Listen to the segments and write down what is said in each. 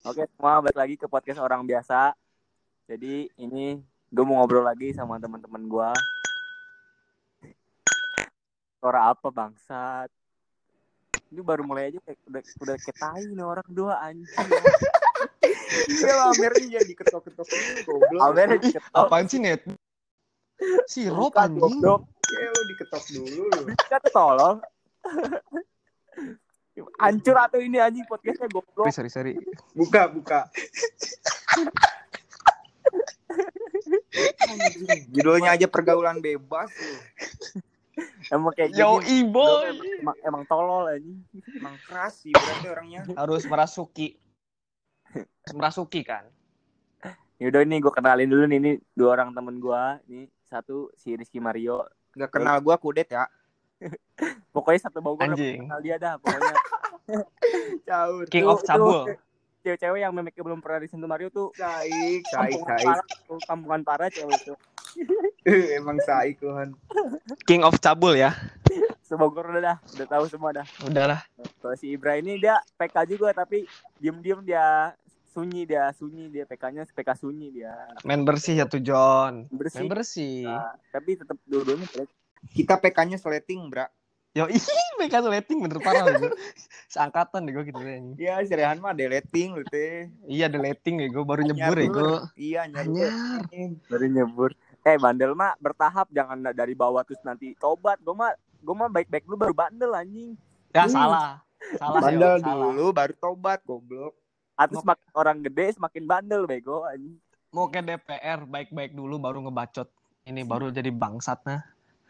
Oke, semua balik lagi ke podcast orang biasa. Jadi ini gue mau ngobrol lagi sama teman-teman gue. Suara apa bangsat? Ini baru mulai aja kayak udah ketai nih orang dua anjing. Iya lah, Amernya jadi ketok-ketok dulu, goblok. Amer diketok. Apaan sih net? Sirup Bukan, anjing. goblok. Ya lu diketok dulu lu. Bisa tolong. Hancur atau ini anjing podcastnya goblok. Sorry. Buka. Judulnya aja pergaulan bebas lu. Emang kayak Yo gini. boy. Emang tolol anjing. Emang keras sih berarti orangnya. Harus merasuki kan. Yaudah ini gue kenalin dulu nih. Ini dua orang temen gue. Ini satu si Rizky Mario. Gak kenal gua kudet ya. Pokoknya satu Bogor Anjing. kenal dia dah pokoknya. Caur. King of Cabul. Cewek-cewek yang memeknya belum pernah disentuh Mario tuh Saik. kampungan parah cewek itu. Emang saik Tuhan. King of Cabul ya. Sebogor udah tahu semua dah. Udahlah. Kalau si Ibra ini dia PK juga tapi diem-diem dia sunyi dia PK-nya PK sunyi dia. Main bersih satu John. Bersih. Main bersih. Nah, tapi tetap dua-duanya jelek. Kita PK-nya sleting, Bra. Yo mereka deleting bener parah lu. Seangkatan deh gue gitu deh. Iya, si Rehan mah deleting lu teh. Iya deleting ya gue baru nyebur ya gue. Iya, Anyar. Baru nyebur. Bandel mah bertahap, jangan dari bawah terus nanti tobat. Gue mah baik-baik dulu baru bandel anjing. Ya salah Bandel yo, salah. dulu baru tobat, goblok. Atau semakin orang gede semakin bandel bego anjing. Mau ke DPR baik-baik dulu baru ngebacot. Ini baru jadi bangsat nah.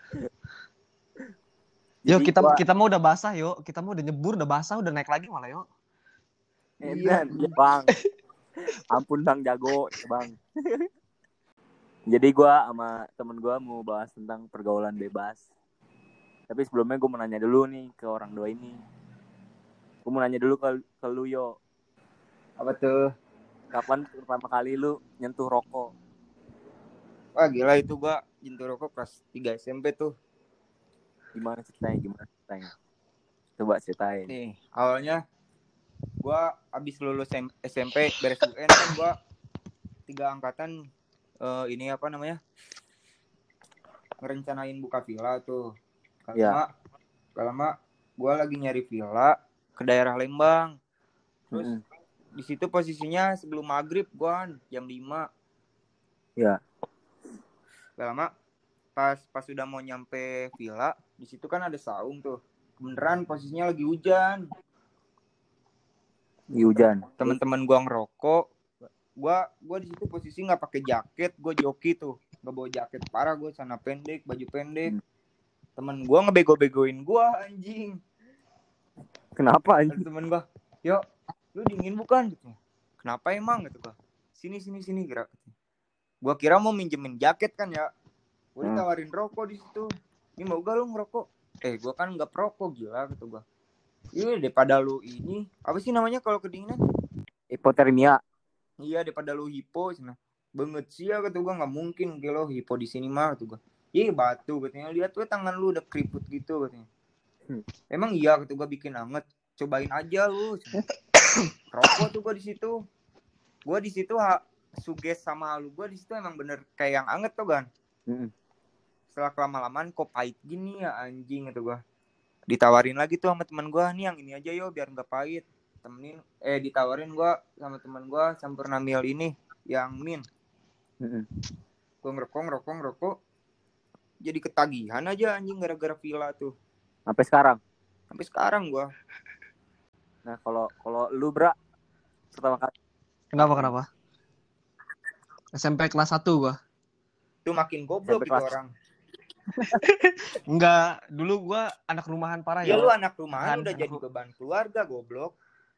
Yuk kita mau udah basah yuk. Kita mau udah nyebur udah basah udah naik lagi malah yuk. Iya bang. Ampun bang jago bang. Jadi gue sama temen gue mau bahas tentang pergaulan bebas. Tapi sebelumnya gue mau nanya dulu nih ke orang dua ini. Gue mau nanya dulu ke lu yo. Apa tuh? Kapan pertama kali lu nyentuh rokok? Wah gila itu gua nyentuh rokok kelas 3 SMP tuh. Gimana ceritanya? Coba ceritain. Nih, awalnya gua abis lulus SMP beres UN kan gua 3 angkatan ini apa namanya? Ngerencanain buka villa tuh. Lama gua lagi nyari villa ke daerah Lembang. Terus di situ posisinya sebelum maghrib gua jam 5. Ya. Lama pas sudah mau nyampe villa, di situ kan ada saung tuh. Beneran posisinya lagi hujan. Teman-teman gua ngerokok. Gua di situ posisi nggak pakai jaket, gua joki tuh. Nggak bawa jaket parah, gua celana pendek, baju pendek. Temen gua ngebego-begoin gua anjing. Kenapa anjing? Temen gua, "Yo, lu dingin bukan?" gitu. "Kenapa emang?" gitu gua. Sini gerak. Gua kira mau minjemin jaket kan ya. Gua ditawarin rokok di situ. "Ini mau gak lu ngerokok?" Gua kan enggak perokok gila gitu gua. Iya daripada lu ini, apa sih namanya kalau kedinginan? Hipotermia. Iya daripada lu hipo cina. Banget sih ya kata gua enggak mungkin kalau hipo di sini mah kata gua. Ih batu katanya, lihat tuh tangan lu udah keriput gitu katanya. Emang iya kata gua bikin anget. Cobain aja lu. Rokok tuh gua di situ. Gua di situ suges sama lu gua di situ emang bener kayak yang anget tuh kan. Setelah kelama-lamaan kok pahit gini ya anjing gitu gua. Ditawarin lagi tuh sama teman gua, nih yang ini aja yo biar enggak pahit. Ditawarin gua sama teman gua Sampurna Mil ini yang min. Gua ngerokok. Jadi ketagihan aja anjing gara-gara villa tuh. Sampai sekarang gua. Nah, kalau lu Bra pertama kali Kenapa? SMP kelas 1 gua. Itu makin goblok itu orang. Enggak, dulu gua anak rumahan parah Ya ya. lu anak rumahan udah jadi beban keluarga goblok.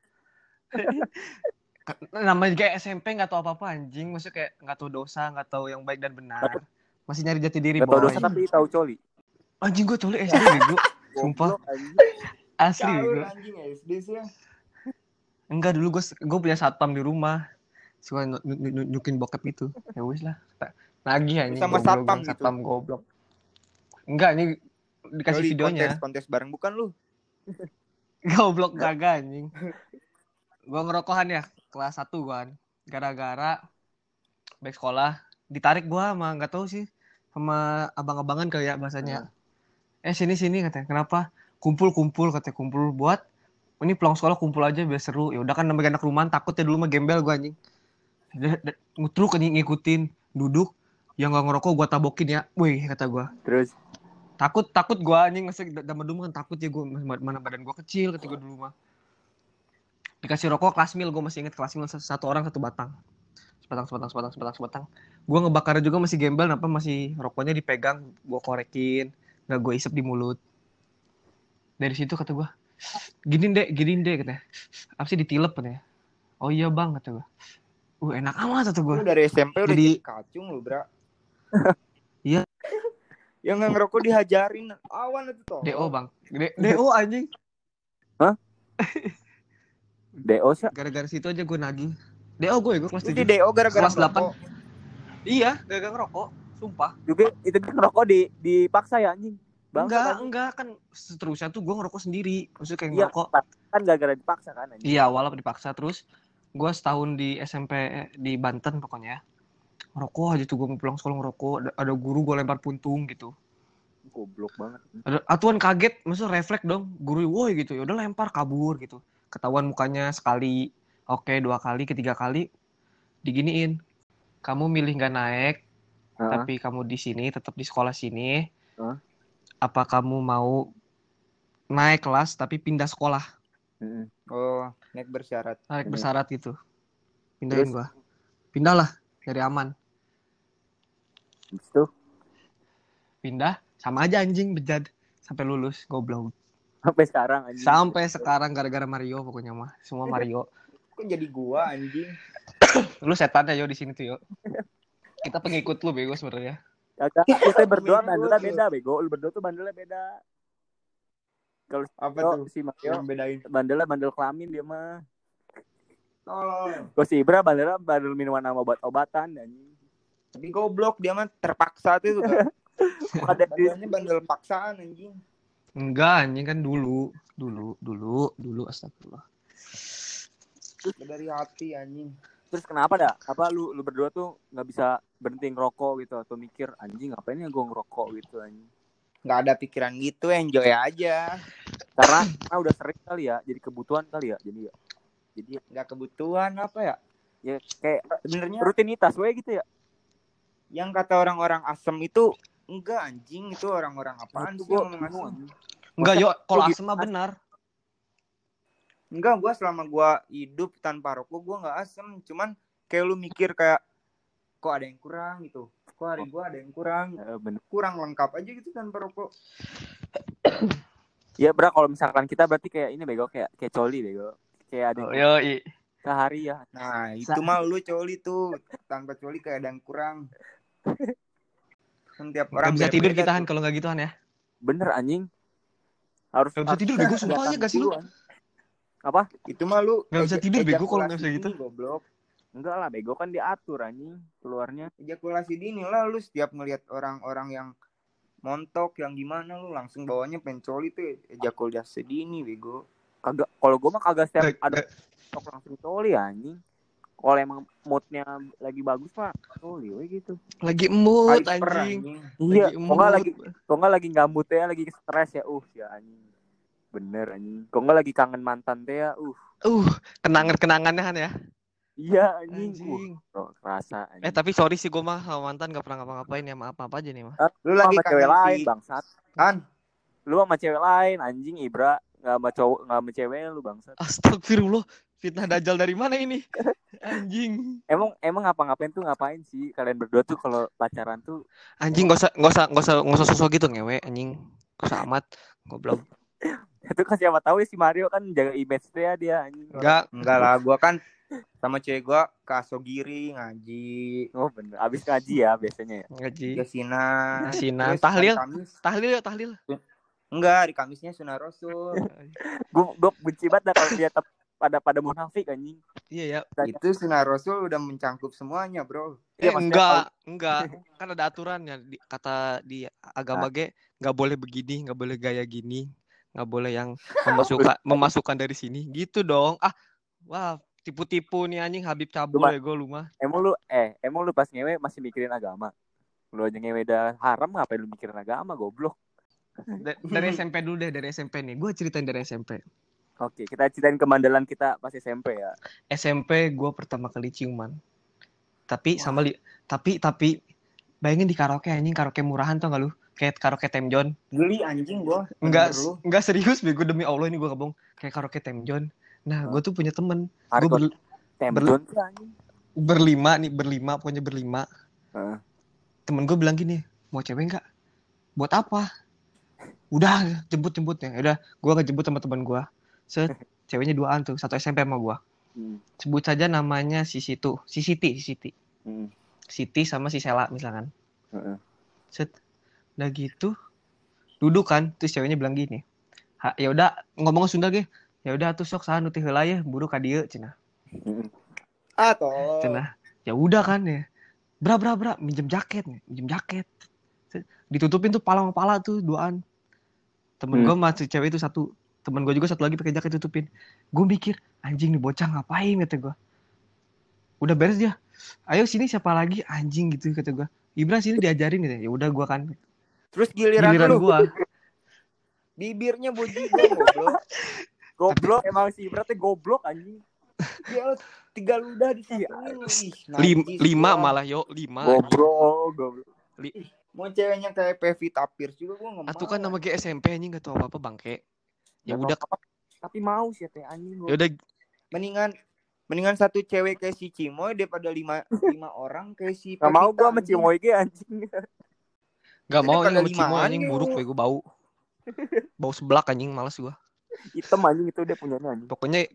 Namanya kayak SMP enggak tahu apa-apa anjing, maksudnya kayak enggak tahu dosa, enggak tahu yang baik dan benar. Masih nyari jati diri, boy. Tahu boy. dosa tapi tahu coli. Anjing gua coli SD bego. Sumpah. Asli bego. Anjing SD sih ya. Enggak, dulu gua punya satpam di rumah. Suka nunjukin bokep itu. Ya wis lah. Nagih anjing. Sama satpam goblok. Enggak, ini dikasih Yoli, videonya. Kontes bareng bukan lu? Goblok kagak anjing. Gua ngerokokan ya. kelas 1 kan. Gara-gara baik sekolah ditarik gua sama nggak tahu sih sama abang-abangan kayak bahasanya. Sini katanya. Kenapa? Kumpul katanya, kumpul buat ini pulang sekolah kumpul aja biar seru. Ya udah kan namanya anak rumahan takut ya dulu mah gembel gua anjing. Ngutruk anjing ngikutin, duduk yang nggak ngerokok gua tabokin ya. Wih kata gua. Terus Takut gua anjing masa zaman dulu kan takut ya gua mana badan gua kecil ketika dulu mah. Dikasih rokok kelas mil, gua masih inget kelas mil satu orang satu batang. Sebatang. Gue ngebakar juga masih gembel, kenapa masih rokoknya dipegang, gue korekin, nggak gue isep di mulut. Dari situ kata gue, gini deh katanya. Apa sih ditilep katanya? Oh iya bang kata gue. Enak amat kata gue. Lu dari SMP udah Jadi- jadi kacung lu, Bra. Iya. Yang nggak ngerokok dihajarin. Awan itu toh. DO bang, DO anjing. DO sih. Gara-gara situ aja gue nagih. DO gue kelas Lu 7. di DO gara-gara Kelas 8. ngerokok. Iya, gara-gara ngerokok, sumpah. Juga itu ngerokok dipaksa ya anjing. Enggak kan seterusnya tuh gue ngerokok sendiri. Maksudnya kayak Iya, ngerokok. kan gara-gara dipaksa kan anjing. Iya, awalnya dipaksa terus gue setahun di SMP di Banten pokoknya. Ngerokok aja tuh gue mau pulang sekolah ngerokok. Ada guru gue lempar puntung gitu. Goblok banget. Ada atuan kaget, maksudnya refleks dong. Guru woi gitu, ya udah lempar kabur gitu. Ketahuan mukanya sekali, oke 2 kali, ketiga kali diginiin. Kamu milih nggak naik, tapi kamu di sini tetap di sekolah sini. Apa kamu mau naik kelas tapi pindah sekolah? Oh, naik bersyarat. Naik bersyarat gitu. Pindahin gue. Pindah lah, dari aman. Itu Pindah sama aja anjing bejat sampai lulus goblok. sampai sekarang anjing. Sampai sekarang gara-gara Mario pokoknya mah. Semua Mario. Kok jadi gua anjing? Lu setan ya yo di sini tuh yo. Kita pengikut lu bego sebenarnya. Kagak, kita berdua bandelnya beda bego. Lu berdua tuh bandelnya beda. Kalau Apa tuh? si Mario Yang bedain. bandelnya bandel kelamin dia mah. Tolong. Kalau si Ibra bandelnya bandel minuman sama obat-obatan anjing. Tapi goblok dia mah terpaksa tuh kan. Ada di Bandelnya bandel paksaan anjing. Enggak anjing kan dulu astagfirullah. Dari hati anjing. Terus kenapa dah? Apa lu berdua tuh nggak bisa berhenti ngerokok gitu atau mikir anjing ngapain ya gue ngerokok gitu anjing? Nggak ada pikiran gitu, enjoy aja. Karena udah sering kali ya, jadi kebutuhan kali ya, jadi Nggak kebutuhan apa ya? ya kayak Sebenarnya rutinitas we gitu ya. yang kata orang-orang asem itu enggak anjing, itu orang-orang apaan Itu sih gua yang ngomong asem? Enggak yo, kalau Lu asem mah benar. Enggak, gua selama gua hidup tanpa rokok gua nggak asem, cuman kayak lu mikir kayak kok ada yang kurang gitu. Kok hari gua ada yang kurang, Bener. kurang lengkap aja gitu tanpa rokok. Ya Bra, kalau misalkan kita berarti kayak ini bego, kayak coli bego. Kayak ada Yo, sehari ya. Nah, itu mah lu coli tuh, tanpa coli kayak ada yang kurang. Setiap orang bisa tidur beda-beda kita Han tuh. kalau nggak gitu Han ya. Bener anjing. Harus Nggak bisa tidur bego sumpah aja gak sih lu? Apa? Itu mah lu Nggak bisa tidur bego kalau nggak bisa ejakulasi gitu. dini, goblok. Enggak lah, bego kan diatur anjing keluarnya. Ejakulasi dini lah, lu setiap ngelihat orang-orang yang montok yang gimana lu langsung bawanya pencoli tuh ejakulasi dini, bego. Kagak, kalau gue mah kagak setiap Nggak- ada stok langsung coli anjing. Kalau emang moodnya lagi bagus mah coli we gitu. Lagi mood Hyper, anjing. Iya, Lagi kok nggak mood. lagi nggak mood ya, lagi stres ya, ya anjing. Bener anjing. Kok nggak lagi kangen mantan teh ya, Kenangan-kenangannya Han ya. Iya anjing. Anjing. Kerasa anjing. Tapi sorry sih gue mah sama mantan gak pernah ngapa-ngapain ya, maaf aja nih mah. Lu lagi sama cewek kangen lain si bangsat. Han. Lu sama cewek lain anjing Ibra, nggak sama cowok, nggak sama cewek lu bangsat. Astagfirullah, fitnah dajjal dari mana ini? Anjing. Emang ngapa-ngapain tuh ngapain sih kalian berdua tuh kalau pacaran tuh? Anjing nggak usah sosok gitu ngewe anjing. Gak usah amat goblok. Itu kan siapa tahu ya si Mario kan jaga image dia anjing. Enggak lah, gua kan sama cewek gua ke Asogiri ngaji. Oh bener, abis ngaji ya biasanya ya. Ngaji. Yasinan. Yasinan. Terus Tahlil. hari Kamis. Tahlil. Enggak, hari Kamisnya sunah Rasul. Gue benci banget dah kalau dia pada munafik anjing. Iya ya. Itu sunah Rasul udah mencangkup semuanya, bro. Iya, maksudnya enggak. Kan ada aturannya. Kata di agama nggak boleh begini, nggak boleh gaya gini, nggak boleh yang memasukkan dari sini. Gitu dong. Wah, Tipu-tipu nih anjing Habib cabul Cuma- ya gue lu mah. Emang lu pas ngewe masih mikirin agama? Lu aja ngewe udah haram, ngapain lu mikirin agama, goblok? Dari SMP dulu deh, dari SMP nih. Gue ceritain dari SMP. Oke, kita ceritain kemandelan kita pas SMP ya. SMP gue pertama kali ciuman. Tapi Wah. sama tapi bayangin di karaoke anjing, karaoke murahan tau gak lu? Kayak karaoke Tem John. Geli anjing gua. Enggak Denger lu. enggak serius bego demi Allah ini gue ngomong kayak karaoke Tem John. Nah, gue tuh punya temen. Gue Hardcore Temjon tuh anjing. berlima pokoknya berlima. Heeh. Temen gue bilang gini, mau cewek nggak? Buat apa? Udah jemput ya. Udah, gue ngejemput sama teman gue. Ceweknya duaan tuh, satu SMP sama gue. Sebut saja namanya si Siti. Siti sama si Sela misalkan. Set, udah gitu, duduk kan, terus ceweknya bilang gini, ya udah ngomong Sunda ge, ya udah tuh sok saha nu teh heula ya, buru ka dieu cenah. Atau Cenah, ya udah kan ya. Bra, minjem jaket. Ditutupin tuh pala tuh duaan. Temen gue masih cewek itu satu. Temen gue juga satu lagi pakai jaket tutupin. Gue mikir, anjing nih bocah ngapain kata gue. Udah beres dia. Ayo sini siapa lagi anjing gitu kata gue. Ibra sini diajarin gitu. Ya udah gue kan. terus giliran lu Gue. bibirnya bojibong goblok. Goblok emang si Ibra teh goblok anjing. Dia 3 ludah disatuin lu. Ih, najis 5 gua. malah yo 5. Goblok. Mau ceweknya kayak Pevita Pierce juga gua enggak mau. Atuh kan nama ge SMP anjing gak tau apa-apa bangke. Ya udah. Tapi mau sih teh anjing. Ya udah Mendingan satu cewek kayak si Cimoy daripada 5 orang kayak si Pevita. Gak mau gua sama Cimoy ge anjing. Gak mau Daripada anjing sama Cimoy anjing limaan, buruk bego bau. Bau seblak anjing males gua. Hitam anjing itu dia punyanya anjing.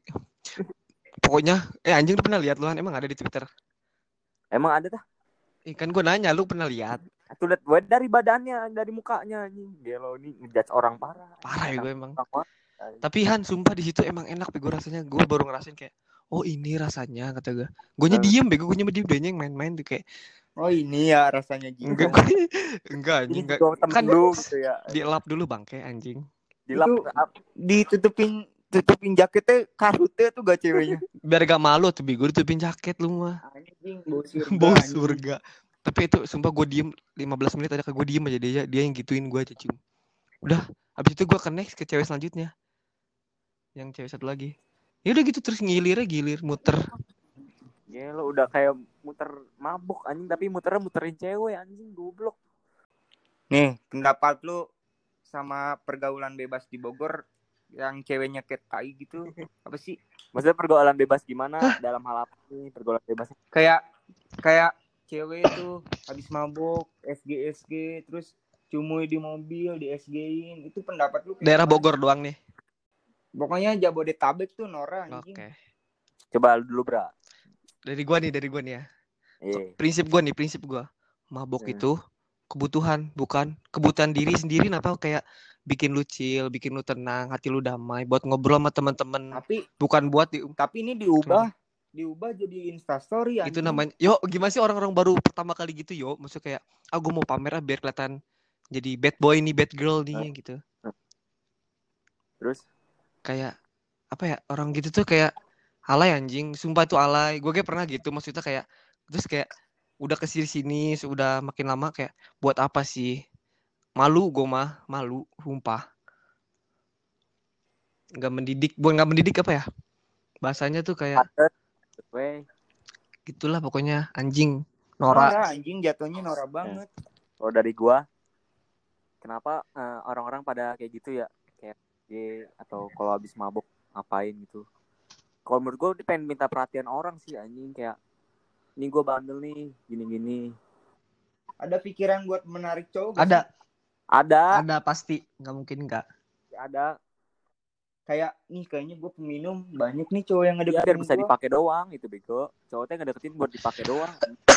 Pokoknya anjing lu pernah lihat lu emang ada di Twitter? Emang ada tah? Kan gue nanya lu pernah lihat? Tuh lihat gue dari badannya, dari mukanya anjing. Gelo nih ngejudge orang parah. Parah ya gue emang. Tapi Han sumpah di situ emang enak bego rasanya. Gue baru ngerasain kayak oh ini rasanya kata gue. Gue diem bego, gue diem dia main-main tuh kayak oh ini ya rasanya gitu. Enggak anjing enggak. Kan gitu ya. Dilap dulu bangke anjing. Ditutupin jaketnya karutnya tuh gak ceweknya. Biar gak malu tuh bego ditutupin jaket lu mah. Anjing bau surga. Tapi itu sumpah gue diem 15 menit ada gue diem aja dia yang gituin gue aja cium. Udah abis itu gue ke next ke cewek selanjutnya. Yang cewek satu lagi. Ya udah gitu terus gilir muter. Ya lo udah kayak muter mabuk anjing tapi muterin cewek anjing goblok. Nih, pendapat lu sama pergaulan bebas di Bogor yang ceweknya kayak tai gitu. Apa sih? Maksudnya pergaulan bebas gimana? Dalam hal apa nih pergaulan bebas? Kayak cewek tuh habis mabuk, SG terus cumuy di mobil, di SG-in. Itu pendapat lu? Daerah Bogor doang nih. Pokoknya Jabodetabek tuh Nora anjing. Oke. Coba dulu, Bra. Dari gua nih ya. Prinsip gua. Mabok itu kebutuhan, bukan kebutuhan diri sendiri. Kenapa kayak bikin lu chill, bikin lu tenang, hati lu damai, buat ngobrol sama teman-teman. Tapi bukan buat tapi ini diubah jadi Instastory anjing. Itu namanya. Yo, gimana sih orang-orang baru pertama kali gitu, yo? Maksudnya kayak gue mau pamer biar kelihatan jadi bad boy nih, bad girl nih gitu. Terus kayak apa ya? Orang gitu tuh kayak alay anjing, sumpah itu alay. Gue kayak pernah gitu, maksudnya kayak terus kayak udah kesini sudah makin lama kayak buat apa sih? Malu gue mah, sumpah. Nggak mendidik apa ya? Bahasanya tuh kayak gitulah pokoknya anjing. Nora anjing jatuhnya Nora banget. Kalau dari gua kenapa orang-orang pada kayak gitu ya? Kayak atau kalau habis mabuk ngapain gitu. Kalau menurut gua dia pengen minta perhatian orang sih anjing kayak ini gua bandel nih, gini-gini. Ada pikiran buat menarik cowok? Ada pasti, nggak mungkin nggak. Ada. Kayaknya gue peminum banyak nih cowok yang ngedeketin biar bisa dipakai doang itu bego. Cowoknya ngedeketin buat dipakai doang.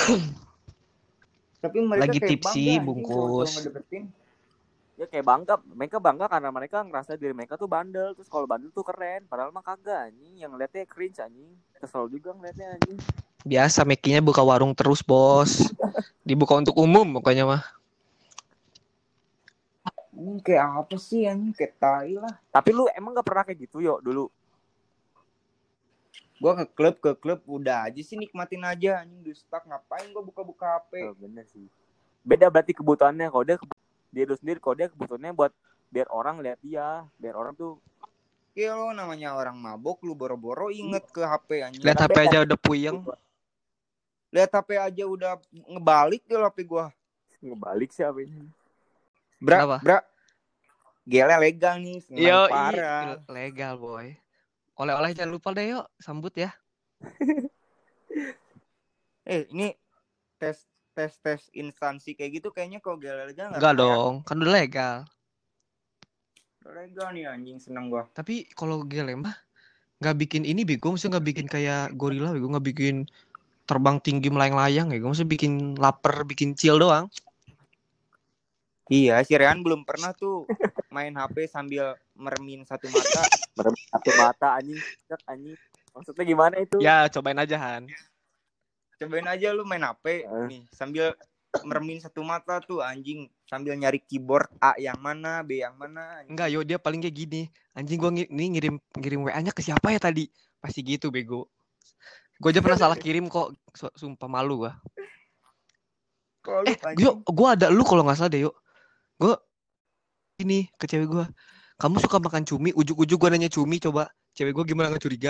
Tapi mereka lagi kayak tipsi bangga, bungkus. Ya kayak bangga, mereka bangga karena mereka ngerasa diri mereka tuh bandel. Terus kalau bandel tuh keren, padahal mah kagak anjing. Yang ngeliatnya cringe anjing. Kesel juga ngeliatnya anjing. Biasa Mekinya buka warung terus, Bos. Dibuka untuk umum pokoknya mah. Ini kayak apa sih anjing, kayak tai lah. Tapi lu emang gak pernah kayak gitu yo dulu? Gua ke klub udah aja sih nikmatin aja anjing, di stuck ngapain gua buka-buka HP. Oh, bener sih. Beda berarti kebutuhannya. Kalau dia itu sendiri, kalau dia kebutuhannya buat biar orang lihat dia, biar orang tuh Ya lo namanya orang mabok, lu boro-boro inget ke HP anjing. Lihat HP aja udah puyeng. Lihat HP aja udah ngebalik ke HP gua. ngebalik sih HP-nya. Kenapa? Bra. Gele legal nih, Yo, parah. legal boy. Oleh-oleh jangan lupa deh yuk, sambut ya. Ini tes instansi kayak gitu kayaknya kok gele legal Enggak dong, kan udah legal. Udah legal nih anjing, seneng gua. Tapi kalau gele mah nggak bikin ini bego, maksudnya nggak bikin kayak gorila bego, nggak bikin terbang tinggi melayang-layang ya, maksudnya bikin lapar, bikin chill doang. Iya, si Rehan belum pernah tuh main HP sambil meremin satu mata. Meremin satu mata anjing. Maksudnya gimana itu? Ya, cobain aja Han. Cobain aja lu main HP nih sambil meremin satu mata tuh anjing, sambil nyari keyboard A yang mana, B yang mana. Anjing. Enggak, yo dia paling kayak gini. Anjing gua ngirim WA-nya ke siapa ya tadi? Pasti gitu bego. Gue aja pernah salah kirim kok, sumpah malu gua. Gua ada lu kalau nggak salah deh yuk. Gue ini ke cewek gue, kamu suka makan cumi? Ujuk-ujuk gue nanya cumi, coba cewek gue gimana nggak curiga?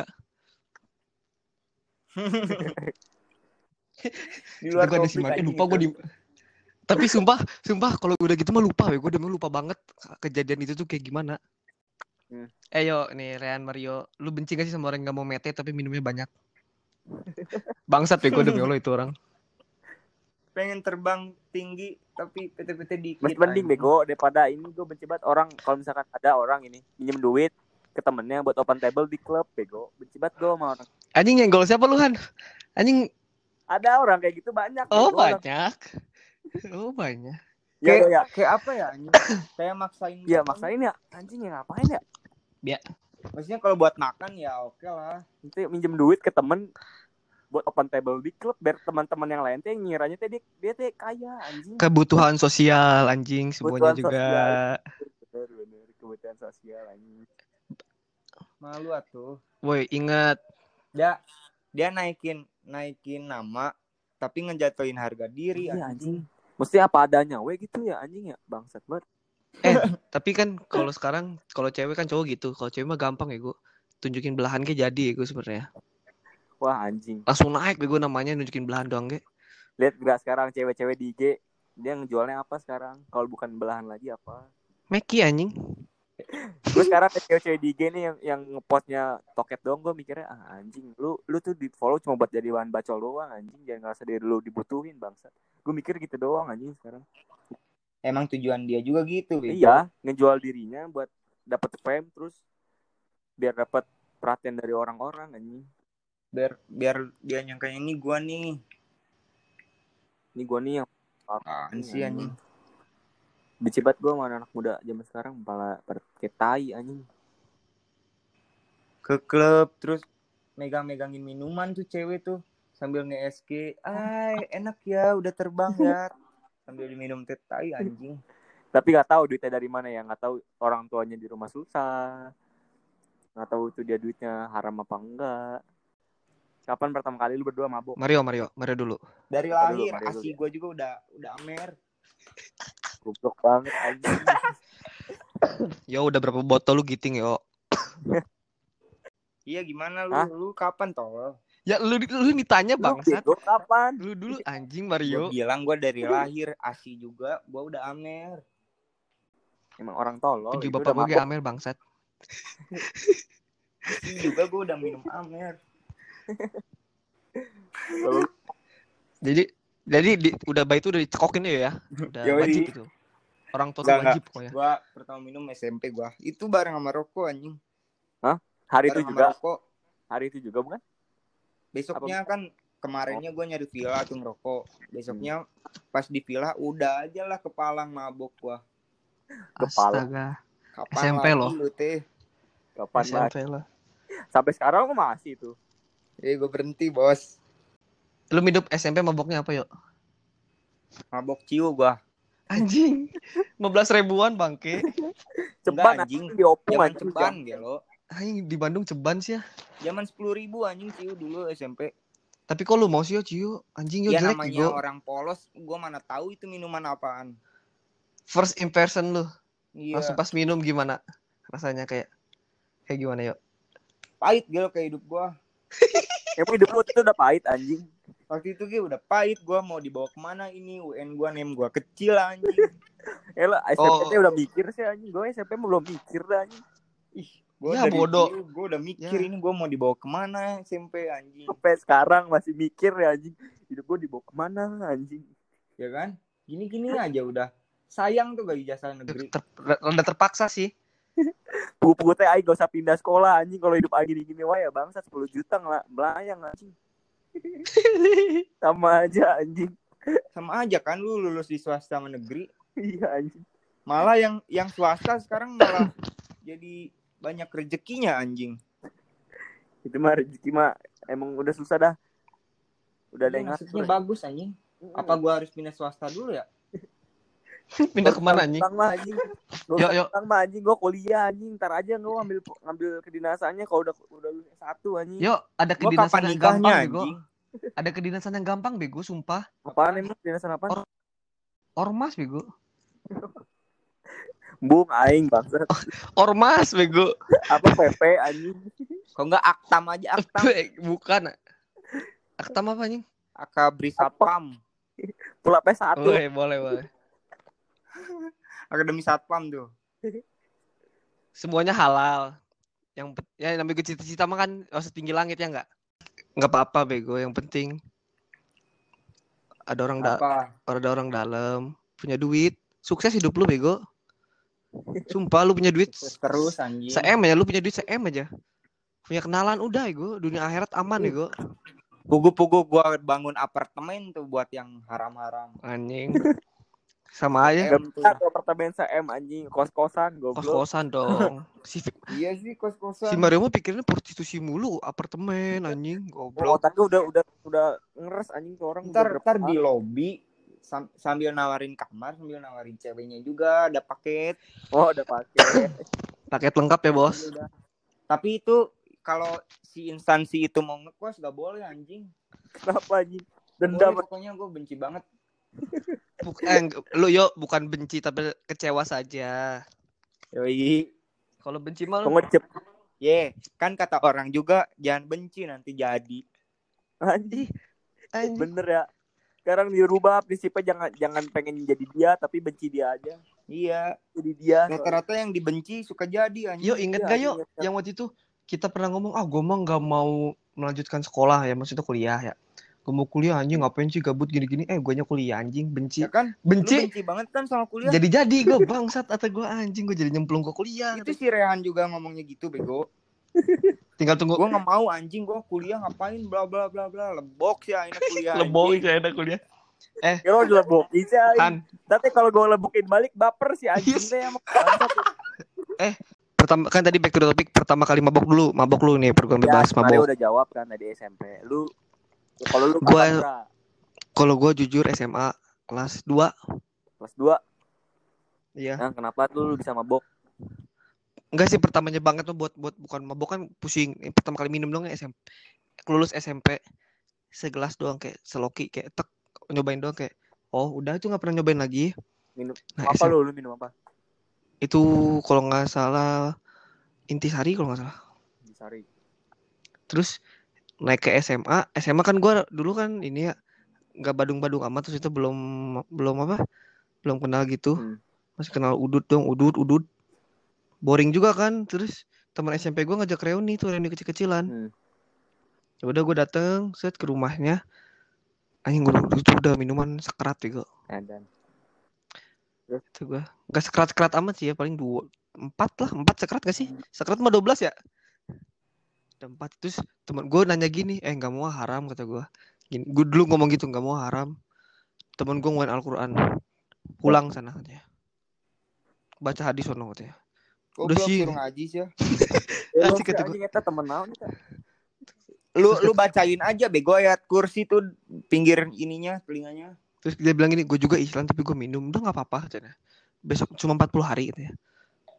Di luar gue ada simak, lupa gue di. Tapi sumpah kalau udah gitu mah lupa, gue udah lupa banget kejadian itu tuh kayak gimana. Yo nih Rehan Mario, lu benci gak sih sama orang yang gak mau mete tapi minumnya banyak? Bangsat gue demi Allah itu orang. Pengen terbang tinggi tapi PT-PT dikit. Masih mending bego daripada ini. Gue benci banget orang kalau misalkan ada orang ini minjem duit ke temennya buat open table di klub bego. Benci banget gue sama orang. Anjing nyenggol siapa lu Han? Anjing ada orang kayak gitu banyak. Oh banyak. Oh banyak. Kayak apa ya anjing? Kayak maksain. Iya maksain ya. Anjing ya ngapain ya? Maksudnya kalau buat makan ya oke lah. Nanti minjem duit ke temen buat open table di klub biar teman-teman yang lain teh ngiranya teh dia teh kaya anjing. Kebutuhan sosial anjing semuanya juga. Bener kebutuhan sosial anjing. Malu atuh. Woi ingat. Dia naikin nama tapi ngejatuhin harga diri anjing. Mesti apa adanya we gitu ya anjing ya bangsat banget. Tapi kan kalau sekarang kalau cewek kan cowok gitu. Kalau cewek mah gampang ya gue. Tunjukin belahan ke jadi ya gue sebenarnya. Wah anjing. Langsung naik bego namanya nunjukin belahan doang ge. Lihat gak sekarang cewek-cewek di IG dia ngejualnya apa sekarang? Kalau bukan belahan lagi apa? Meki anjing. Gue sekarang cewek-cewek di IG nih yang ngepostnya toket doang, gue mikirnya anjing. Lu tuh di follow cuma buat jadi bahan bacol doang anjing. Jangan ngerasa diri lu dibutuhin bangsa. Gue mikir gitu doang anjing sekarang. Emang tujuan dia juga gitu. Iya, ngejual dirinya buat dapet fame terus biar dapet perhatian dari orang-orang anjing. Biar dia nyangkanya ini gua nih yang apaan sih anjing. Benci banget gue sama anak muda zaman sekarang malah kayak tai anjing. Ke klub terus megang-megangin minuman tuh cewek tuh sambil nge-SG. Enak ya udah terbang ya. Sambil diminum teh tai anjing. Tapi gak tahu duitnya dari mana ya, gak tahu orang tuanya di rumah susah. Gak tahu itu dia duitnya haram apa enggak. Kapan pertama kali lu berdua mabok? Mario dulu. Dari lahir, asi gue juga udah amer. Goblok banget anjing. Yo udah berapa botol lu giting yo? Iya gimana lu? Lu kapan tol? Ya lu ditanya bangsat. Lu kapan? Lu dulu anjing Mario. Gue bilang gue dari lahir, asi juga gue udah amer. Emang orang tolol. Itu bapak gue amer bangsat. Asi juga gue udah minum amer. Jadi udah baik itu udah dicekokin ya. Udah wajib itu. Orang tua wajib pokoknya. Gua pertama minum SMP gua. Itu bareng sama rokok anjing. Hah? Hari bareng itu juga. Rokok. Hari itu juga bukan? Besoknya kan kemarinnya gua nyari villa tuh ngerokok. Besoknya pas di villa udah aja lah kepalang mabok gua. Astaga. Kapan SMP loh. Lu teh? Kapan SMP lah. Sampai sekarang gua masih tuh. Gue berhenti bos. Lu hidup SMP maboknya apa yuk? Mabok ciu gua. Anjing 15 ribuan bangke. Ceban anjing diopung anjing. Ceban gelo. Anjing di Bandung ceban sih ya. Zaman 10.000 anjing Ciu dulu SMP. Tapi kok lu mau sih yo Ciu? Anjing yo Ya jelek namanya Bego. orang polos, gua mana tahu itu minuman apaan. First impression lu. Langsung Iya, pas minum gimana? Rasanya kayak gimana yo? pahit gil kayak hidup gua. Emang hidup lu itu udah pahit anjing. Waktu itu gue udah pahit, gua mau dibawa kemana ini? UN gua nem gua kecil anjing. Lah SMP udah mikir sih anjing. Gue SMP belum mikir dah anjing. Ih, gua Ya, dari bodoh. dulu gua udah mikir Ya. ini gua mau dibawa kemana SMP anjing. Sampai sekarang masih mikir ya anjing. Hidup gue dibawa kemana anjing. Ya kan? Gini-gini aja udah. Sayang tuh gak ijazah negeri. Udah terpaksa sih. Pugu-pugu teh aing gak usah pindah sekolah anjing. Kalau hidup aing gini-gini wae ya bangsa 10 juta melayang anjing. Sama aja anjing. Sama aja kan lu lulus di swasta sama negeri. Iya anjing. Malah yang swasta sekarang malah jadi banyak rezekinya anjing. Itu mah rezeki mah emang udah susah dah. Udah ada yang Maksudnya ngatur. bagus anjing. Apa gua harus pindah swasta dulu ya? Pindah kemana anjing? Tentang mah anjing. Yuk. Tentang mah anjing gue kuliah anjing. Ntar aja gue ngambil kedinasannya kalau udah lulus S1 anjing. Yo, ada Gua kedinasan kapan yang nikahnya gampang bego. anjing? Ada kedinasan yang gampang bego, sumpah. Apaan emang kedinasan apaan? Ormas bego. Bung aing bangsa. Ormas bego. Apa PP anjing? Kok enggak Aktam aja Aktam. Bukan. Aktam apa anjing? Akabri Satpam. Pula P1. Boleh. Akademi Satpam tuh. Semuanya halal. Yang ya namanya cita-cita mah kan setinggi langit ya enggak? Enggak apa-apa bego, yang penting ada orang dalam, punya duit, sukses hidup lu bego. Sumpah lu punya duit Terus anjing. se-M aja, lu punya duit se-M aja. Punya kenalan udah bego, dunia akhirat aman bego. Pugu-pugu gua bangun apartemen tuh buat yang haram-haram. Anjing. Sama aja. Gak bisa tuh apartemen CM anjing. Kos-kosan goblok. Kos-kosan dong. Iya sih kos-kosan. Si Mario mah pikirnya prostitusi mulu, apartemen anjing, goblok. Otaknya udah ngeres anjing tuh orang. Ntar di lobby sambil nawarin kamar, sambil nawarin ceweknya juga ada paket. Oh, ada paket. Paket lengkap ya, Bos. Tapi itu kalau si instansi itu mau ngekos gak boleh anjing. Kenapa anjing? Dendam. Dendam. Pokoknya gue benci banget. Lu bukan benci tapi kecewa saja. Yoi. Kalau benci mah Pengecep. Kan kata orang juga jangan benci nanti jadi. Anjing. Bener ya. Sekarang dirubah prinsipnya jangan pengen jadi dia tapi benci dia aja. Iya. Jadi dia. Rata-rata yang dibenci suka jadi anjing. Yo inget gak yo yang waktu itu kita pernah ngomong gue mah nggak mau melanjutkan sekolah ya, maksudnya kuliah ya. Gue mau kuliah anjing, ngapain sih gabut gini-gini, guanya kuliah anjing, benci. Ya kan? Benci. Lu benci banget kan sama kuliah. Jadi gue bangsat atau gue anjing, gue jadi nyemplung ke kuliah. Itu si Rehan juga ngomongnya gitu bego. Tinggal tunggu. Gue nggak mau anjing, gue kuliah ngapain bla bla bla bla. Lebok sih akhirnya kuliah. Lebok sih akhirnya kuliah. Kalau dilebok bisa. Han. Tapi kalau gue lebukin balik baper si anjing teh emang bangsat. Pertama kan tadi back to the topic, pertama kali mabok lu nih program bebas ya, mabok. Udah jawab kan tadi SMP. Kalau lu kalau gue jujur SMA kelas 2. Kelas 2. Iya. Nah, kenapa lu bisa mabok? Enggak sih, pertamanya banget tuh buat bukan mabok kan pusing. Pertama kali minum dong SMP. Lulus SMP segelas doang kayak seloki kayak tek nyobain doang kayak udah itu enggak pernah nyobain lagi. Minum nah, apa lu minum apa? Itu kalau nggak salah Intisari kalau nggak salah. Intisari. Terus naik ke SMA kan gue dulu kan ini ya nggak badung-badung amat, terus itu belum kenal gitu. Masih kenal udut boring juga kan. Terus teman SMP gue ngajak reuni kecil-kecilan. Ya udah gue dateng set ke rumahnya, anjing gue udah minuman sekerat gitu. Itu gue gak sekerat amat sih ya, paling 4 sekerat gak sih? Sekerat mah 12 ya? Ada 4. Terus teman gue nanya gini, gak mau haram kata gue. Gue dulu ngomong gitu, gak mau haram. Temen gue ngomongin Al-Quran, pulang sana katanya, baca hadis sono katanya. Udah sih ngaji sih ya. Asik kata gue. Kita temen naon kita. Lu bacain aja bego ayat kursi tuh pinggir ininya telinganya. Terus dia bilang gini, gue juga Islam tapi gue minum, udah nggak apa-apa katanya. Besok cuma 40 hari katanya.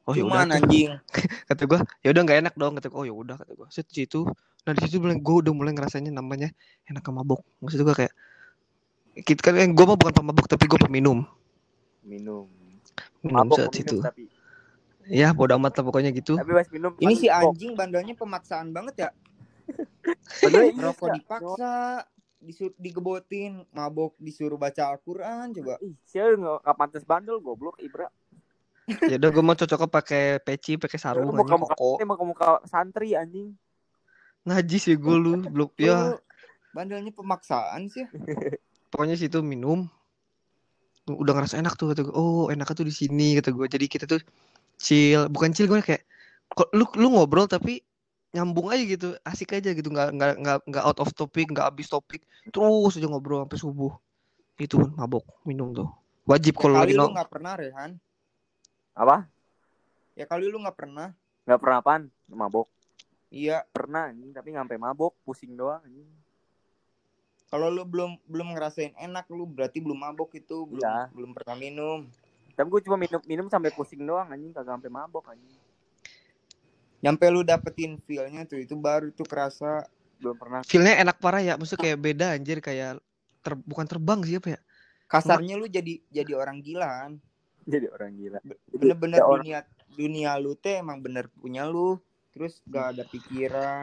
Oh ya udah Cuman tuh. anjing. Kata gue, ya udah nggak enak dong. Kata gue, oh ya udah kata gue. Set situ. Nah di situ gue udah mulai ngerasainnya namanya enak ke mabok. Maksud gue kayak kita kan gue mah bukan pemabuk tapi gue peminum. Minum. Minum Mabok saat minum itu. tapi. Ya bodo amat lah pokoknya gitu. Tapi pas minum Ini pasti si mabok. anjing bandelnya pemaksaan banget ya. Padahal iya, Rokok Cak. dipaksa, digebotin, mabok disuruh baca Al-Qur'an coba. Ih, siapa nggak pantas bandel goblok Ibra. Ya udah gue mau cocoknya pakai peci, pakai sarung anjing koko. Muka santri anjing. Najis ya gue lu, belum ya. Lu bandelnya pemaksaan sih. Pokoknya situ minum. Udah ngerasa enak tuh kata gue. Oh, enaknya tuh di sini kata gue. Jadi kita tuh chill, bukan chill gue kayak kok lu ngobrol tapi nyambung aja gitu, asik aja gitu, nggak out of topic, nggak habis topik, terus aja ngobrol sampai subuh. Itu mabok minum tuh wajib Ya kalau kali lagi lu nggak pernah Rehan. Apa? Ya kali lu nggak pernah. Nggak pernah apaan? Mabok. Iya. Pernah anjing, tapi nggak sampai mabok, pusing doang anjing. Kalau lu belum ngerasain enak, lu berarti belum mabok itu, Iya. belum pernah minum. Tapi gue cuma minum sampai pusing doang anjing, kagak sampai mabok anjing. Nyampe lu dapetin feel-nya tuh, itu baru tuh kerasa. Belum pernah. Feel-nya enak parah ya, maksudnya kayak beda anjir, kayak bukan terbang sih apa ya? Kasarnya lu jadi orang gila kan. Jadi orang gila. Bener-bener dunia lu teh emang bener punya lu. Terus gak ada pikiran.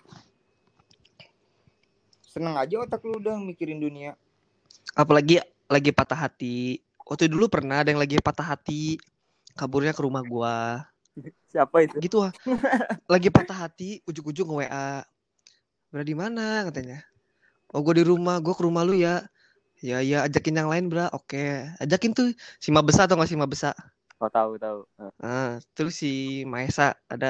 Seneng aja otak lu udah mikirin dunia. Apalagi lagi patah hati. Waktu dulu pernah ada yang lagi patah hati, kaburnya ke rumah gua. Siapa itu? Gitu ah. Lagi patah hati, ujung-ujung nge-WA. Bra di mana katanya? Oh gue di rumah, gue ke rumah lu ya. Ya ajakin yang lain bra. Oke, ajakin tuh si Mabesa atau nggak si Mabesa? Oh tahu. Nah, terus si Maesa ada.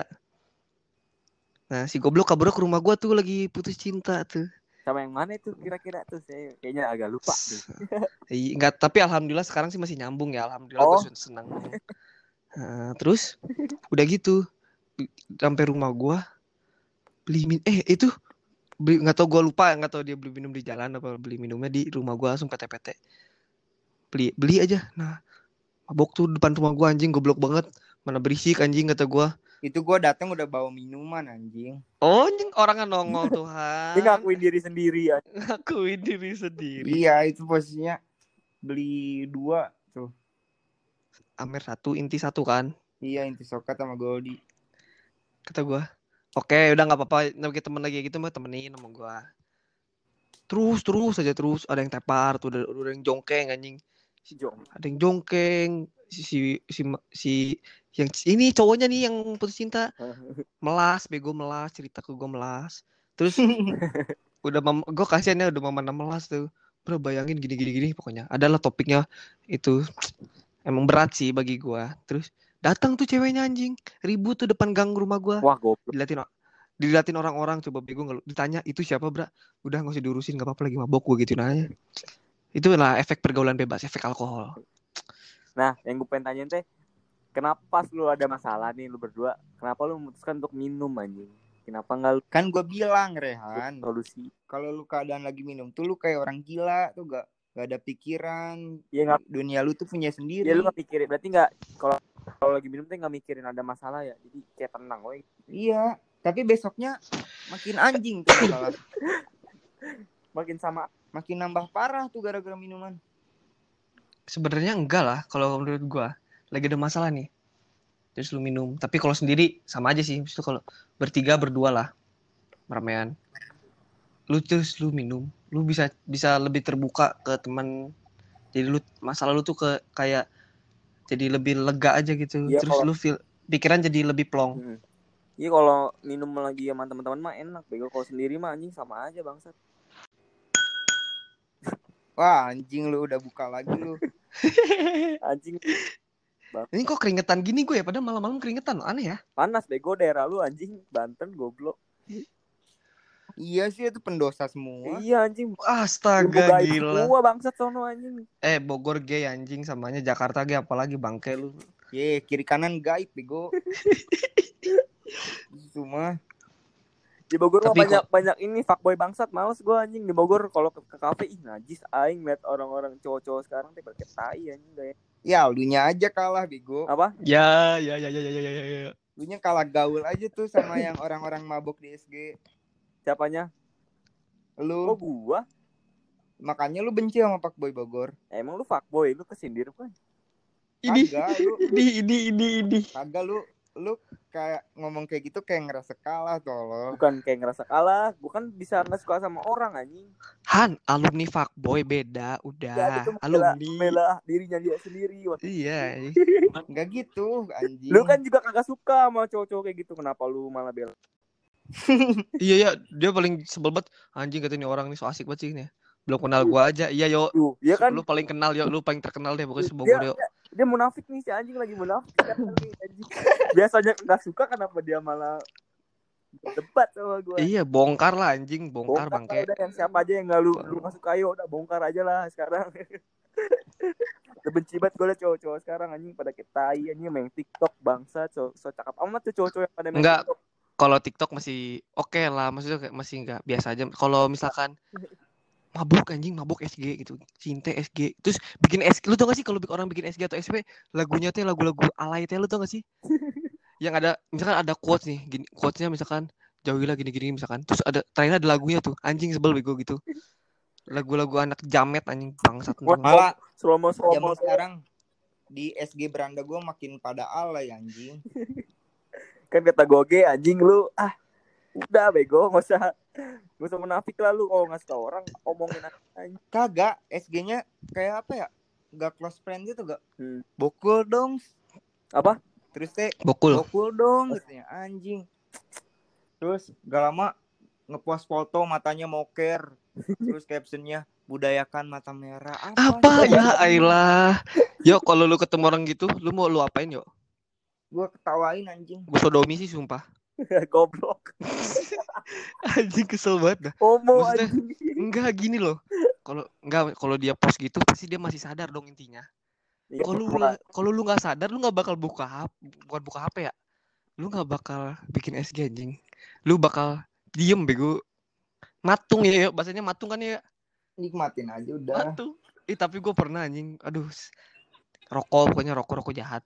Nah si goblok kabur ke rumah gue tuh lagi putus cinta tuh. Sama yang mana itu kira-kira tuh? Saya kayaknya agak lupa. Enggak, tapi alhamdulillah sekarang sih masih nyambung ya. Alhamdulillah gue senang. Nah, terus udah gitu sampai rumah gue beli itu beli, nggak tahu gue lupa, nggak tahu dia beli minum di jalan apa beli minumnya di rumah gue langsung PT beli aja. Nah mabok tuh depan rumah gue anjing, goblok banget, mana berisik anjing kata gue. Itu gue datang udah bawa minuman anjing. Oh anjing, orangnya nongol Tuhan. Dia ngakuin diri sendiri ya. Ngakuin diri sendiri. Iya itu posisinya beli 2 tuh. Amer 1, Inti 1 kan. Iya Inti Sokat sama Goldi. Kata gue, oke udah nggak apa-apa, namanya temen lagi gitu mah temenin sama gue. Terus aja ada yang tepar tuh, udah yang jongkeng anjing. Ada yang jongkeng, si yang ini cowoknya nih yang putus cinta melas, bego melas, cerita ke gue melas. Terus udah gue kasihannya udah mana melas tuh. Bro bayangin gini pokoknya. Adalah topiknya itu emang berat sih bagi gue. Terus datang tuh ceweknya anjing, ribut tuh depan gang rumah gue. Wah goblok. Diliatin orang-orang, coba bego nggak ditanya itu siapa bra, udah nggak usah diurusin, nggak apa-apa lagi mabok gue gitu nanya. Itulah efek pergaulan bebas, efek alkohol. Nah yang gue pengen tanyain teh, kenapa pas lu ada masalah nih lu berdua, kenapa lu memutuskan untuk minum anjing? Kenapa nggak lu? Kan gue bilang Rehan, solusi. Kalau lu keadaan lagi minum tuh lu kayak orang gila tuh, gak ada pikiran. Iya, dunia lu tuh punya sendiri. Iya lu nggak pikirin, berarti nggak kalau lagi minum tuh nggak mikirin ada masalah ya, jadi kayak tenang woy. Iya, tapi besoknya makin anjing tuh masalah. makin nambah parah tuh gara-gara minuman. Sebenarnya enggak lah kalau menurut gua, lagi ada masalah nih terus lu minum. Tapi kalau sendiri sama aja sih, itu kalau bertiga berdua lah ramean, lu terus lu minum, lu bisa lebih terbuka ke teman, jadi lu masalah lu tuh kayak jadi lebih lega aja gitu ya, terus lu feel pikiran jadi lebih plong. Iya kalau minum lagi sama teman-teman mah enak, bego kalau sendiri mah anjing sama aja bangsat. Wah anjing lu udah buka lagi lu. Anjing. Ini kok keringetan gini gue ya, padahal malam-malam keringetan, aneh ya. Panas bego daerah lu anjing, Banten goblok. Iya sih itu pendosa semua. Iya anjing. Astaga gila. Semua bangsat sono anjing. Bogor gay anjing, samanya Jakarta gay apalagi bangke lu. Ye, kiri kanan gaib bego. Semua. Di Bogor mah banyak ini fuckboy bangsat, males gue anjing di Bogor kalau ke kafe ih najis aing liat orang-orang cowok-cowok sekarang teh pakai tai anjing gaya. Ya, lunya aja kalah bego. Apa? Ya. Lunya kalah gaul aja tuh sama yang orang-orang mabok di SG. Siapanya? Oh, Lu gua. makanya lu benci sama Pak Boy Bogor. Emang lu fuckboy, lu kesindir kan? Kagak lu Ini. kagak lu kayak ngomong kayak gitu kayak ngerasa kalah tolong. Bukan kayak ngerasa kalah, gua kan bisa nggak suka sama orang anjing. Han, alumni fuckboy beda, Ya, udah. itu Alumni. membela dirinya dia sendiri. Iya. Enggak gitu anjing. Lu kan juga kagak suka sama cowok-cowok kayak gitu, kenapa lu malah bela? Iya, dia paling sebel banget. Anjing katanya orang nih so asik banget sih nih. Belum kenal gua aja. Iya, yo. Iya kan? Lu paling kenal, yo. Lu paling terkenal deh pokoknya Dia, sebogor, yo. dia munafik nih, si anjing lagi munafik sekarang nih, anjing. Biasanya nggak suka, kenapa dia malah debat sama gua? Iya, bongkar lah anjing, bongkar Bongkar lah bangke. udah, yang siapa aja yang nggak lu nggak suka, ayo udah bongkar aja lah sekarang. Udah benci banget gue liat cowok-cowok sekarang anjing pada kayak tai anjing main TikTok bangsa, so cakep amat tuh cowok-cowok yang pada main Enggak, TikTok. kalau TikTok masih oke lah, maksudnya kayak masih enggak biasa aja. Kalau misalkan mabuk SG gitu, Cinte SG, terus bikin SG, lu tau gak sih kalau orang bikin SG atau SP lagunya tuh lagu-lagu alay teh, lu tau gak sih? Yang ada misalkan ada quotes nih, gini, quotesnya misalkan jauhilah gini-gini misalkan, terus ada terakhir ada lagunya tuh, anjing sebel bego gitu. Lagu-lagu anak jamet anjing bangsat. Malah Slomo zaman sekarang di SG beranda gue makin pada alay anjing. Kan kata Goge, anjing lu udah bego, nggak usah menafik lah lu, kalau nggak suka orang omongin aja. Kagak, SG-nya kayak apa ya? Gak close friend gitu gak? Hmm. Bokul dong. Apa? Terus teh Bokul dong gitu ya anjing. Terus gak lama ngepost foto matanya moker. Terus captionnya budayakan mata merah. apa ya ailah. Yo kalau lu ketemu orang gitu, lu mau lu apain yo? Gue ketawain anjing. Gue sodomi sih sumpah. Goblok. Anjing kesel banget dah. Homo Maksudnya, anjing. enggak gini loh. Kalau dia post gitu pasti dia masih sadar dong intinya. Ya, Kalau lu nggak sadar, lu nggak bakal bukan buka HP ya. Lu nggak bakal bikin SG anjing. Lu bakal diem bego. Matung ya, bahasanya matung kan ya. Nikmatin aja udah. Matung. Tapi gue pernah anjing. Aduh. Pokoknya rokok jahat.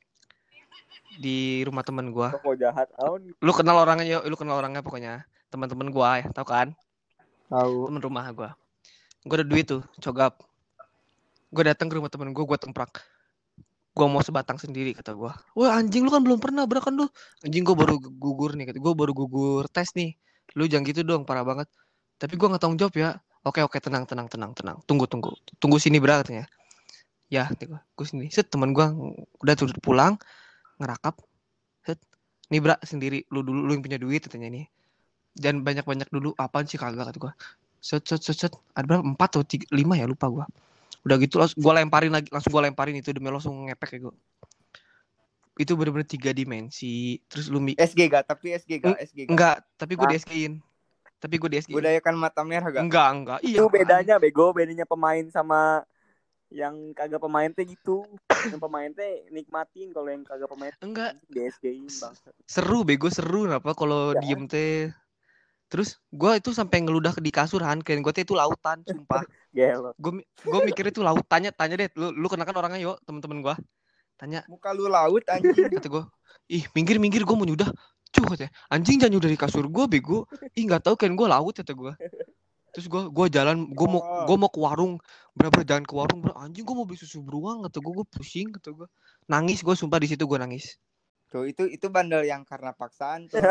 Di rumah teman gue. Rokok jahat. Lu kenal orangnya yo, lu kenal orangnya pokoknya. Teman-teman gue ya, tahu kan? Tahu. Temen rumah gue. Gue ada duit tuh, cogap. Gue datang ke rumah temen gue temprak. Gue mau sebatang sendiri kata gue. Wah anjing lu kan belum pernah kan lu. Anjing gue baru gugur nih, kata gue baru gugur tes nih. Lu jangan gitu dong, parah banget. Tapi gue nggak tanggung jawab ya. Oke tenang. Tunggu sini bra katanya. Ya, gue sini. Set teman gue udah turut pulang, ngerakap. Set, nih bra sendiri. Lu yang punya duit katanya nih. Dan banyak dulu. Apaan sih kagak kata gue. Set. Ada berapa? 4 atau 5 ya lupa gue. Udah gitu langsung gue lemparin itu demi langsung ngepek ya gue. Itu bener-bener 3 dimensi. Terus lu SG gak? Tapi SG gak? Enggak, tapi gue di-SG-in. Budayakan mata merah gak? Enggak. Iya. Itu bedanya bego, bedanya pemain sama yang kagak pemain teh gitu. Yang pemain teh nikmatin, kalau yang kagak pemain enggak di-SG-in bang. Seru kenapa kalau Ya. diem teh. Terus gue itu sampai ngeludah di kasur Han, kirain gue teh itu lautan sumpah. Gelo. Gue mikir itu laut. Tanya deh lu kenakan orangnya yo, teman-teman gue. Tanya. Muka lu laut anjing. Kata gue, ih minggir gue mau nyudah. Cuh katanya, anjing jangan nyudah di kasur gue bego. Ih nggak tahu kan gue laut kata gue. Terus gue jalan, gue mau ke warung, bener jalan ke warung, anjing gue mau beli susu beruang kata gue pusing kata gue. Nangis gue sumpah di situ gue nangis. Tuh itu bandel yang karena paksaan tuh.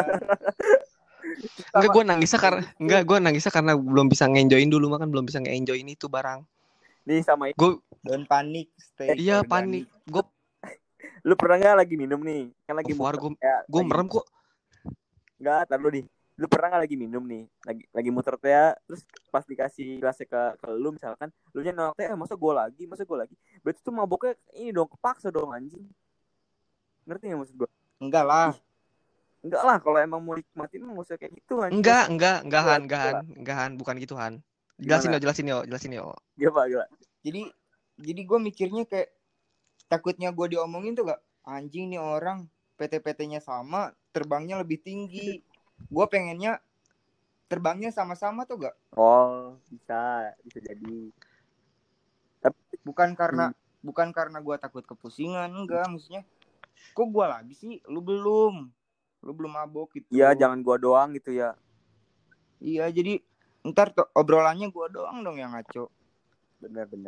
Gue nangisnya karena belum bisa nge-enjoyin dulu, makan belum bisa nge-enjoyin itu barang. Nih sama gue don't panik, stay. Iya panik. Lu pernah nggak lagi minum nih? Kan lagi gue merem kok. Nggak, tar lu nih. Lu pernah nggak lagi minum nih? Lagi muter teh, terus pas dikasih gelasnya ke lu misalkan, lu nya nolak teh, masa gue lagi? Berarti tuh maboknya ini dong, kepaksa dong anjing. Ngerti nggak maksud gue? Enggak lah, kalau emang mau nikmatin nggak usah kayak gitu anjing. Enggak Han, bukan gitu Han. Jelasin yo. Gila. Jadi gue mikirnya kayak takutnya gue diomongin tuh gak, anjing nih orang PT-PT-nya sama, terbangnya lebih tinggi. Gue pengennya terbangnya sama-sama tuh gak? Oh, bisa jadi. Tapi bukan karena bukan karena gue takut kepusingan, enggak, maksudnya kok gue lagi sih, lu belum mabok gitu. Iya, jangan gua doang gitu ya. Iya, jadi ntar obrolannya gue doang dong yang ngaco. Bener.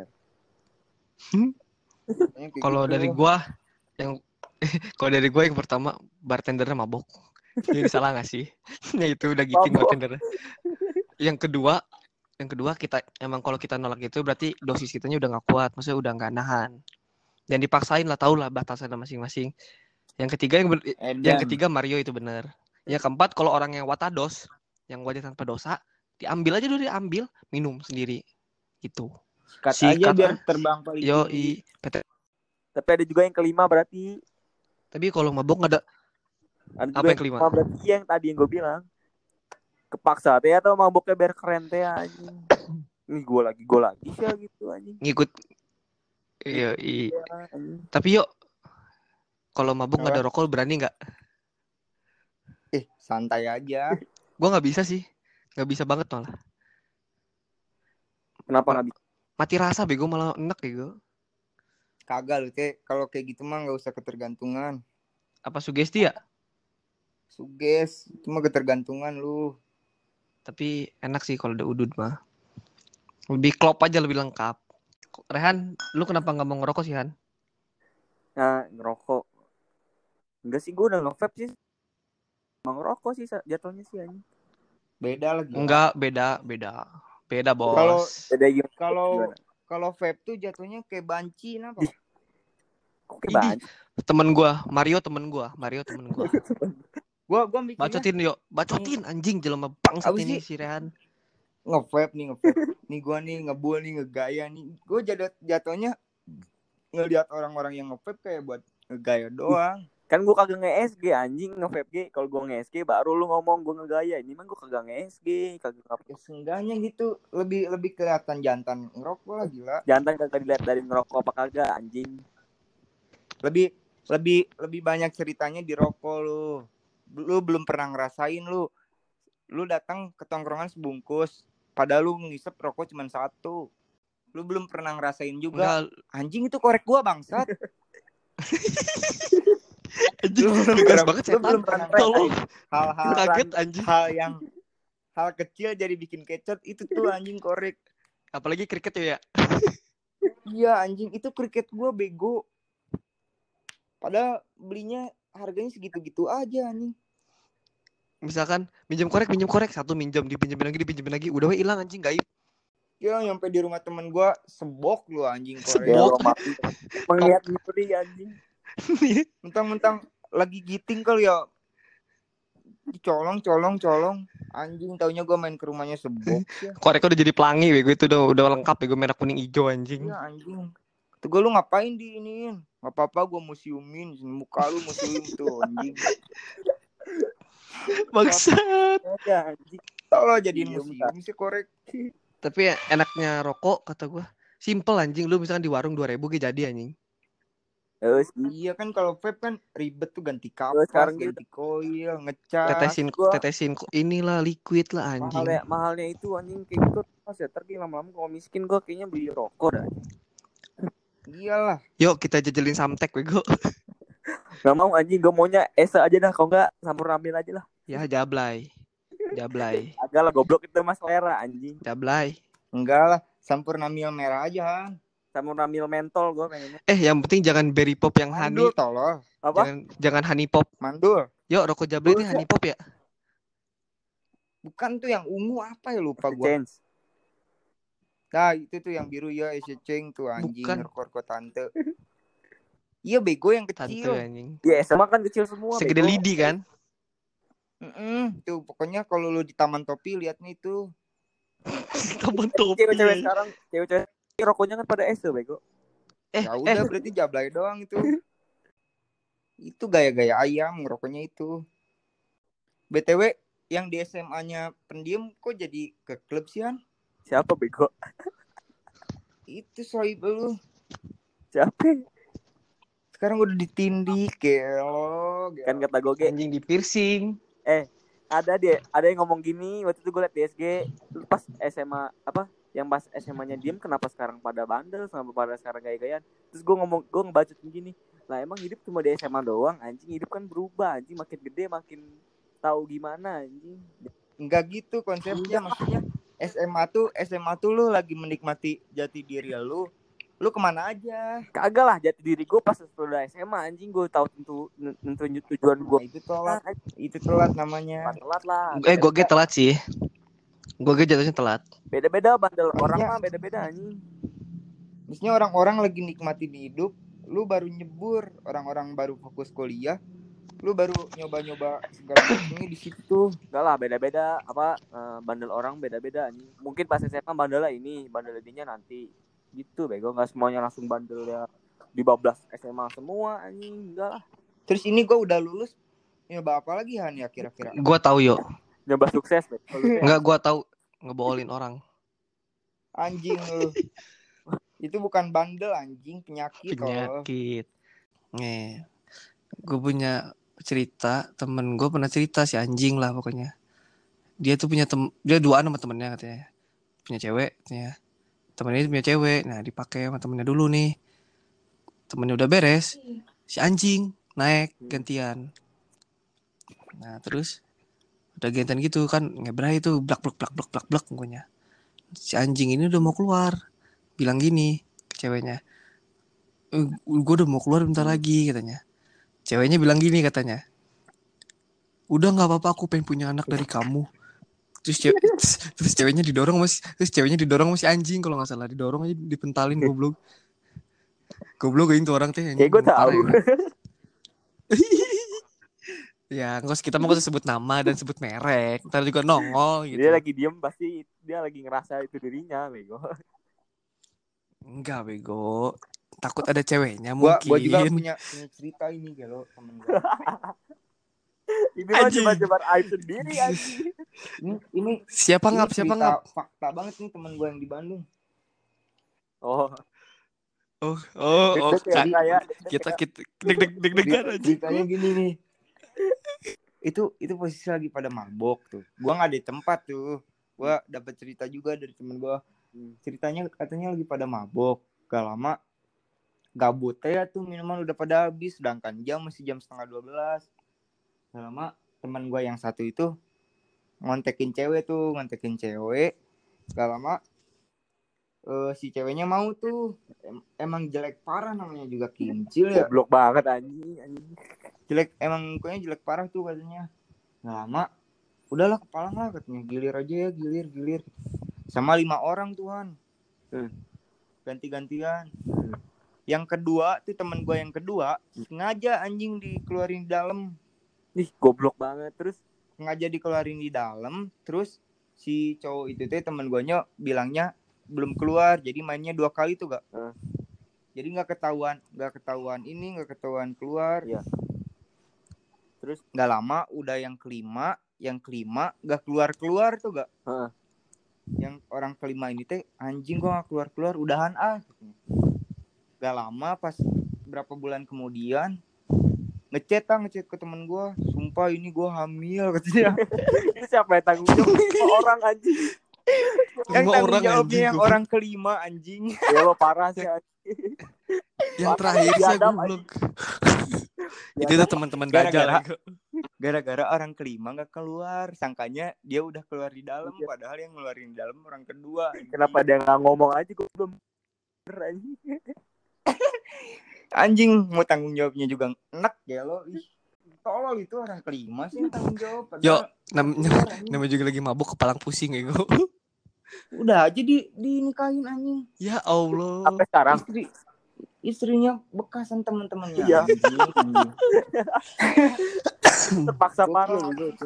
Kayaknya kayak Kalau gitu. dari gua yang kalau dari gua yang pertama bartendernya mabok. Ini salah nggak sih? Ya itu udah giting Mabok. bartendernya. Yang kedua kita emang kalau kita nolak itu berarti dosis kitanya udah nggak kuat, maksudnya udah nggak nahan. Dan dipaksain lah, tau lah batasannya masing-masing. Yang ketiga Mario itu benar. Yang keempat kalau orang yang watados, yang wajah tanpa dosa, diambil aja dulu, minum sendiri. Itu. Sikat aja biar terbang paling tinggi. Tapi ada juga yang kelima berarti. Tapi kalau mabok nggak ada. Apa yang kelima? Berarti yang tadi yang gue bilang. Kepaksa teh atau maboknya biar keren teh anjing. Ini gue lagi sih gitu anjing. Ngikut. Iya. Tapi yuk, kalau mabuk nggak ada rokok berani nggak? Santai aja. Gue nggak bisa sih, nggak bisa banget malah. Kenapa nggak bisa? Mati rasa bego, malah enak bego. Kagak lu teh, kalau kayak gitu mah nggak usah ketergantungan. Apa sugesti ya? Suges, cuma ketergantungan lu. Tapi enak sih kalau ada udud mah. Lebih klop aja, lebih lengkap. Rehan, lu kenapa nggak mau ngerokok sih, Han? Nah, ngerokok. Enggak sih, gue udah nge-vape sih. Mau ngerokok sih jatuhnya sih anjing. Beda lagi. Enggak, beda. Beda, bos. Kalau vape tuh jatuhnya kayak banci, apa? Kok kayak banci? Temen gua, Mario temen gua. Gua mikirnya bacotin anjing jelema bangsat ini si Rehan. Nge-vape. Nih gua nih ngebul nih, ngegaya nih. Gua jatuhnya ngelihat orang-orang yang nge-vape kayak buat ngegaya doang. Kan gue kagak nge-SG anjing, nge-vape G. Kalau gue nge-SG baru lu ngomong gue ngegaya. Ini mah gue kagak nge-SG, kagak Ya seenggaknya gitu, lebih kelihatan jantan ngerokok lah, gila. Jantan kagak dilihat dari ngerokok apa kagak anjing. Lebih banyak ceritanya di rokok lu. Lu belum pernah ngerasain lu. Lu datang ke tongkrongan sebungkus, padahal lu ngisep rokok cuma satu. Lu belum pernah ngerasain juga. Enggak. Anjing itu korek gua bangsat. Anjing, tegas banget setan. Lu belum pernah ngerasain hal-hal kaget anjing. Hal kecil jadi bikin kecot itu tuh anjing korek. Apalagi kriket ya. Iya anjing, itu kriket gua bego. Padahal belinya harganya segitu-gitu aja anjing. Misalkan minjem korek, satu dipinjemin lagi, udah hilang anjing, gaib. Ya nyampe di rumah temen gue, sebok lu anjing korek. Sebok. Melihat nyuri anjing. Mentang-mentang lagi giting kali ya. Colong anjing, taunya gue main ke rumahnya sebok ya. Koreknya udah jadi pelangi bego, itu udah lengkap bego, merah kuning hijau anjing. Iya anjing. Tuh gue, lu ngapain diiniin? Gak apa-apa, gue museumin muka lu, museum tuh anjing. Bangsat. Ya anjing. Tolong jadiin museum sih korek. Tapi enaknya rokok kata gue simple anjing, lu misalkan di warung 2.000 jadi anjing. Iya kan, kalau vape kan ribet tuh, ganti kapas, ganti koil, ngecas. Tetesin inilah liquid lah anjing. Mahalnya itu anjing kayak gitu. Mas ya lama-lama kalau miskin gue kayaknya beli rokok dah. Iyalah. Yuk kita jajalin Samtek bego. Gak mau anjing, gue maunya Esa aja dah, kalau enggak campur ramil aja lah. Ya Jablay. Agak lah goblok itu mas selera anjing. Jablay. Enggak lah, Sampurnamil merah aja Han. Sampurnamil mentol gue pengennya. Yang penting jangan berry pop yang Mandul, honey. tolong. Apa? Jangan honey pop. Mandul. Yuk rokok Jablay ini honey pop ya? Bukan tuh yang ungu, apa ya, lupa gue. Nah itu tuh yang biru ya, Eceng tuh anjing. Rokok tante. Iya bego yang kecil. Tante anjing. Iya sama kan kecil semua. Segede bego. lidi kan? Tuh pokoknya kalau lu di Taman Topi liatnya itu. Taman Topi. Cewek-cewek sekarang, cewek-cewek rokoknya kan pada es tuh bego. Ya udah berarti Jablay doang itu. Itu gaya-gaya ayam ngerokoknya itu. BTW yang di SMA-nya pendiam kok jadi ke klub sih Han? Siapa bego? Itu soib lu. Siapa? Sekarang udah ditindik gelo. Kan kata gue anjing di piercing. Ada yang ngomong gini waktu itu gue liat di SG pas SMA apa yang pas SMA-nya diem kenapa sekarang pada bandel sama pada sekarang gaya-gayaan. Terus gue ngebacot gini, lah emang hidup cuma di SMA doang anjing, hidup kan berubah anjing, makin gede makin tahu gimana anjing. Enggak gitu konsepnya, maksudnya SMA tuh lu lagi menikmati jati diri lu kemana aja. Kagak lah, jati diri gue pas setelah SMA anjing, gue tahu tentu tujuan gue. Nah, itu telat namanya. Telat lah. Gue telat sih. Gue jatuhnya telat. Beda-beda bandel orang mah beda-beda anjing. Maksudnya orang-orang lagi nikmati di hidup, lu baru nyebur. Orang-orang baru fokus kuliah, lu baru nyoba-nyoba segala macamnya di situ. Enggak lah, beda-beda bandel orang beda-beda anjing. Mungkin pas SMA bandelnya ini, bandel ininya nanti. Gitu bego, enggak semuanya langsung bandel ya di bablas SMA semua anjing, enggak lah. Terus ini gue udah lulus, nyoba apa lagi Han ya kira-kira? Gue tahu yo. Nyoba sukses, Enggak, gue tahu ngeboolin orang. Anjing lu. Itu bukan bandel anjing, penyakit. Gue punya cerita, temen gue pernah cerita si anjing lah pokoknya. Dia tuh dia duaan sama temennya katanya. Punya cewek katanya. Temennya punya cewek, nah dipakai sama temennya dulu nih. Temennya udah beres, si anjing naik gantian. Nah terus udah gantian gitu kan, ngebrai itu blak pokoknya. Si anjing ini udah mau keluar, bilang gini ke ceweknya, gue udah mau keluar bentar lagi katanya. Ceweknya bilang gini katanya, udah nggak apa-apa, aku pengen punya anak dari kamu. Terus ceweknya didorong masih anjing kalau nggak salah, didorong aja dipentalin goblok itu orang teh. Kayak gue tahu. Ya, kita mau sebut nama dan sebut merek, ntar juga nongol gitu. Dia lagi diem pasti dia lagi ngerasa itu dirinya bego. Enggak bego, takut ada ceweknya mungkin. Gua juga punya cerita ini kalau temen gue. Ini mah coba aib sendiri anjing. Ini siapa ngap? Fakta banget nih teman gue yang di Bandung. Kayak kita deg-degan aja. Ceritanya gini nih. Itu posisi lagi pada mabok tuh. Gua nggak di tempat tuh. Gua dapat cerita juga dari temen gua. Ceritanya katanya lagi pada mabok. Gak lama gabut ya tuh, minuman udah pada habis, sedangkan jam masih jam 11:30. Gak lama teman gue yang satu itu ngontekin cewek. Gak lama si ceweknya mau tuh. Emang jelek parah, namanya juga kincil ya. Goblok banget anjing. Jelek, emang mukanya jelek parah tuh katanya. Gak lama, udahlah kepalang lah katanya, gilir aja ya, gilir. Sama 5 orang tuhan. Ganti-gantian. Yang kedua tuh teman gue yang kedua sengaja anjing dikeluarin di dalam. Ih, goblok banget. Terus sengaja dikeluarin di dalam, terus si cowok itu teh teman guanya bilangnya belum keluar, jadi mainnya 2 kali tuh gak. Jadi nggak ketahuan keluar. Iya. Terus nggak lama udah yang kelima nggak keluar tuh gak. Yang orang kelima ini teh, anjing gua nggak keluar, udahan Gak lama pas berapa bulan kemudian ngechat ke temen gue, sumpah ini gue hamil katanya. Itu siapa yang tanggung jawab? Orang anjing. Yang tanggung jawabnya yang orang kelima anjing. Ya lo parah sih anjing. Yang terakhir sih goblok. Itu tuh teman-teman gajah. Gara-gara orang kelima nggak keluar, sangkanya dia udah keluar di dalam, padahal yang ngeluarin di dalam orang kedua. Kenapa dia nggak ngomong aja? Gue belum anjing. Anjing, mau tanggung jawabnya juga enak ya lo. Tolol itu orang kelima sih yang tanggung jawab. Yo, namanya juga lagi mabuk, kepalang pusing ya gue. Udah aja dinikahin anjing. Ya Allah. Sampai sekarang istrinya bekasan teman-temannya. Iya. Anjing. Terpaksa parah.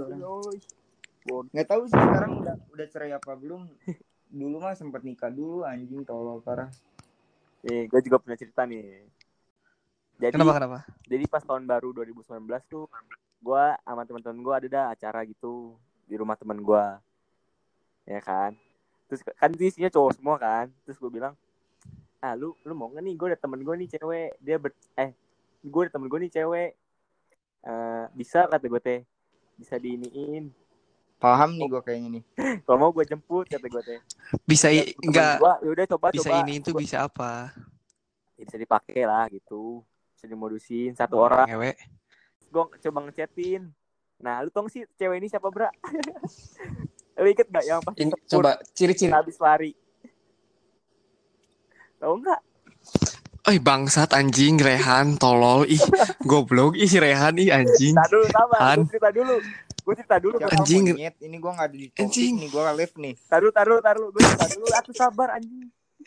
Nggak tahu sih sekarang udah cerai apa belum. Dulu mah sempat nikah dulu, anjing tolol parah. Gue juga punya cerita nih. Jadi, Kenapa? Jadi pas tahun baru 2019 tuh, gue sama teman-teman gue ada acara gitu di rumah teman gue, ya kan. Terus kan isinya cowok semua kan. Terus gue bilang, lu mau nggak nih? Gue ada temen gue nih cewek. Gue ada temen gue nih cewek. Bisa kata gue teh, bisa diiniin. Paham nih gue kayaknya nih. Kalau mau gue jemput kata gue teh. Bisa enggak Gua yaudah coba. bisa ini itu bisa apa? Ya, bisa dipakai lah gitu. Bisa dimodusin satu orang. Ngewe. Gue coba ngechatin. Nah, lu tau sih cewek ini siapa, Bra? Lu inget gak yang pas Coba ciri-ciri. habis lari? Tahu nggak? Bangsat anjing Rehan tolol ih goblok ih si Rehan ih anjing. Tadu sabar, Han. Gue cerita dulu. Siapa Anjing. monyet? Ini gue nggak ada di topik Anjing. nih, gue live nih. Taruh. Gue cerita dulu. Aku sabar anjing.